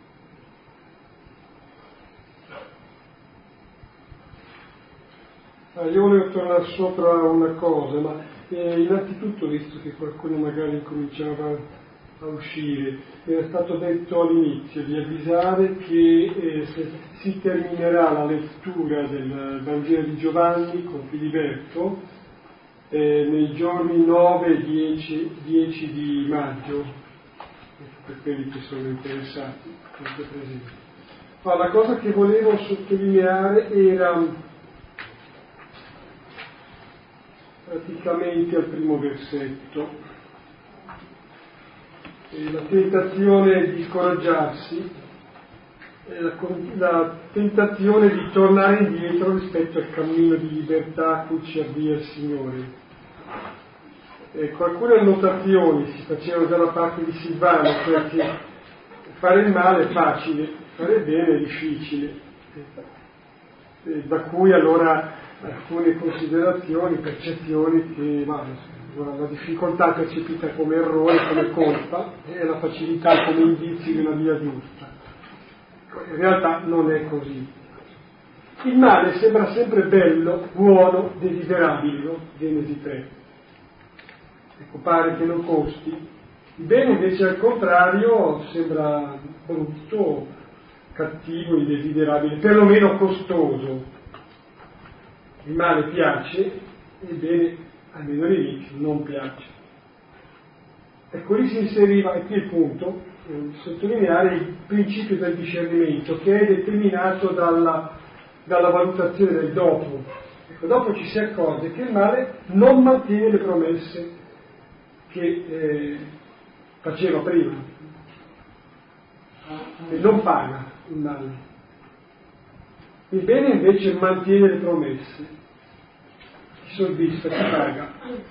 Io volevo tornare sopra una cosa, ma innanzitutto, visto che qualcuno magari cominciava a uscire, era stato detto all'inizio di avvisare che se si terminerà la lettura del Vangelo di Giovanni con Filiberto nei giorni 9 e 10 di maggio, per quelli che sono interessati, presenti. Ma la cosa che volevo sottolineare era praticamente al primo versetto, la tentazione di scoraggiarsi, la tentazione di tornare indietro rispetto al cammino di libertà a cui ci avvia il Signore. Alcune annotazioni si facevano dalla parte di Silvano, cioè che fare il male è facile, fare il bene è difficile, da cui allora alcune considerazioni, percezioni che la difficoltà percepita come errore, come colpa, e la facilità come indizio di una via giusta. In realtà non è così. Il male sembra sempre bello, buono, desiderabile, Genesi 3. Ecco, pare che non costi. Il bene invece al contrario sembra brutto, cattivo, indesiderabile, perlomeno costoso. Il male piace, il bene, almeno all'inizio, non piace. Ecco, lì si inseriva, e qui il punto, sottolineare il principio del discernimento, che è determinato dalla valutazione del dopo. Ecco, dopo ci si accorge che il male non mantiene le promesse che faceva prima, e non paga il male. Il bene invece mantiene le promesse, ci soddisfa, ci paga.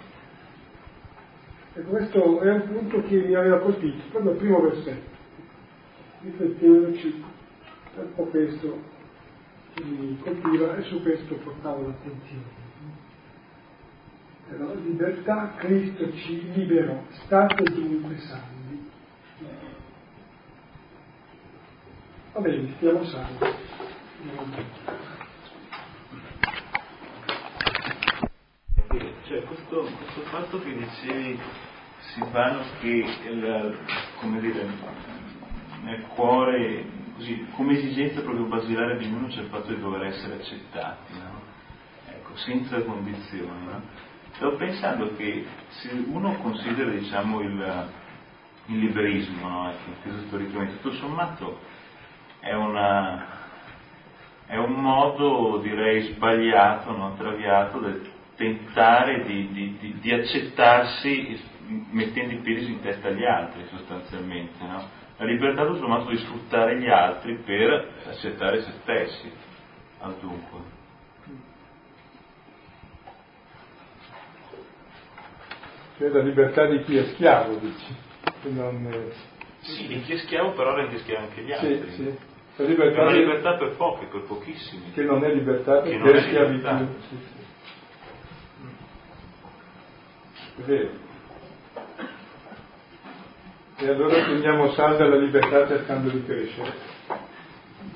E questo è un punto che mi aveva colpito, proprio il primo versetto. Riflettendoci, è un po' questo che mi colpiva e su questo portavo l'attenzione. La libertà, Cristo ci liberò, state dunque salvi. Va bene, stiamo salvi. Cioè questo fatto che dicevi, Silvano, che come dire, nel cuore, così, come esigenza proprio basilare di ognuno c'è il fatto di dover essere accettati, no? Ecco, senza condizioni, no? Stavo pensando che se uno considera, diciamo, il liberismo, no? Ecco, inteso storicamente, tutto sommato è un modo, direi, sbagliato, no? Traviato, del tentare di accettarsi mettendo i piedi in testa agli altri, sostanzialmente, no? La libertà tutto sommato di sfruttare gli altri per accettare se stessi, al dunque. Cioè la libertà di chi è schiavo, dici? Sì, di chi è schiavo però rende schiavo anche gli altri. Sì, sì. La libertà è una libertà per pochi, per pochissimi. Che non è libertà, perché non è schiavitù. libertà. Sì, sì. È vero. E allora teniamo salda la libertà cercando di crescere.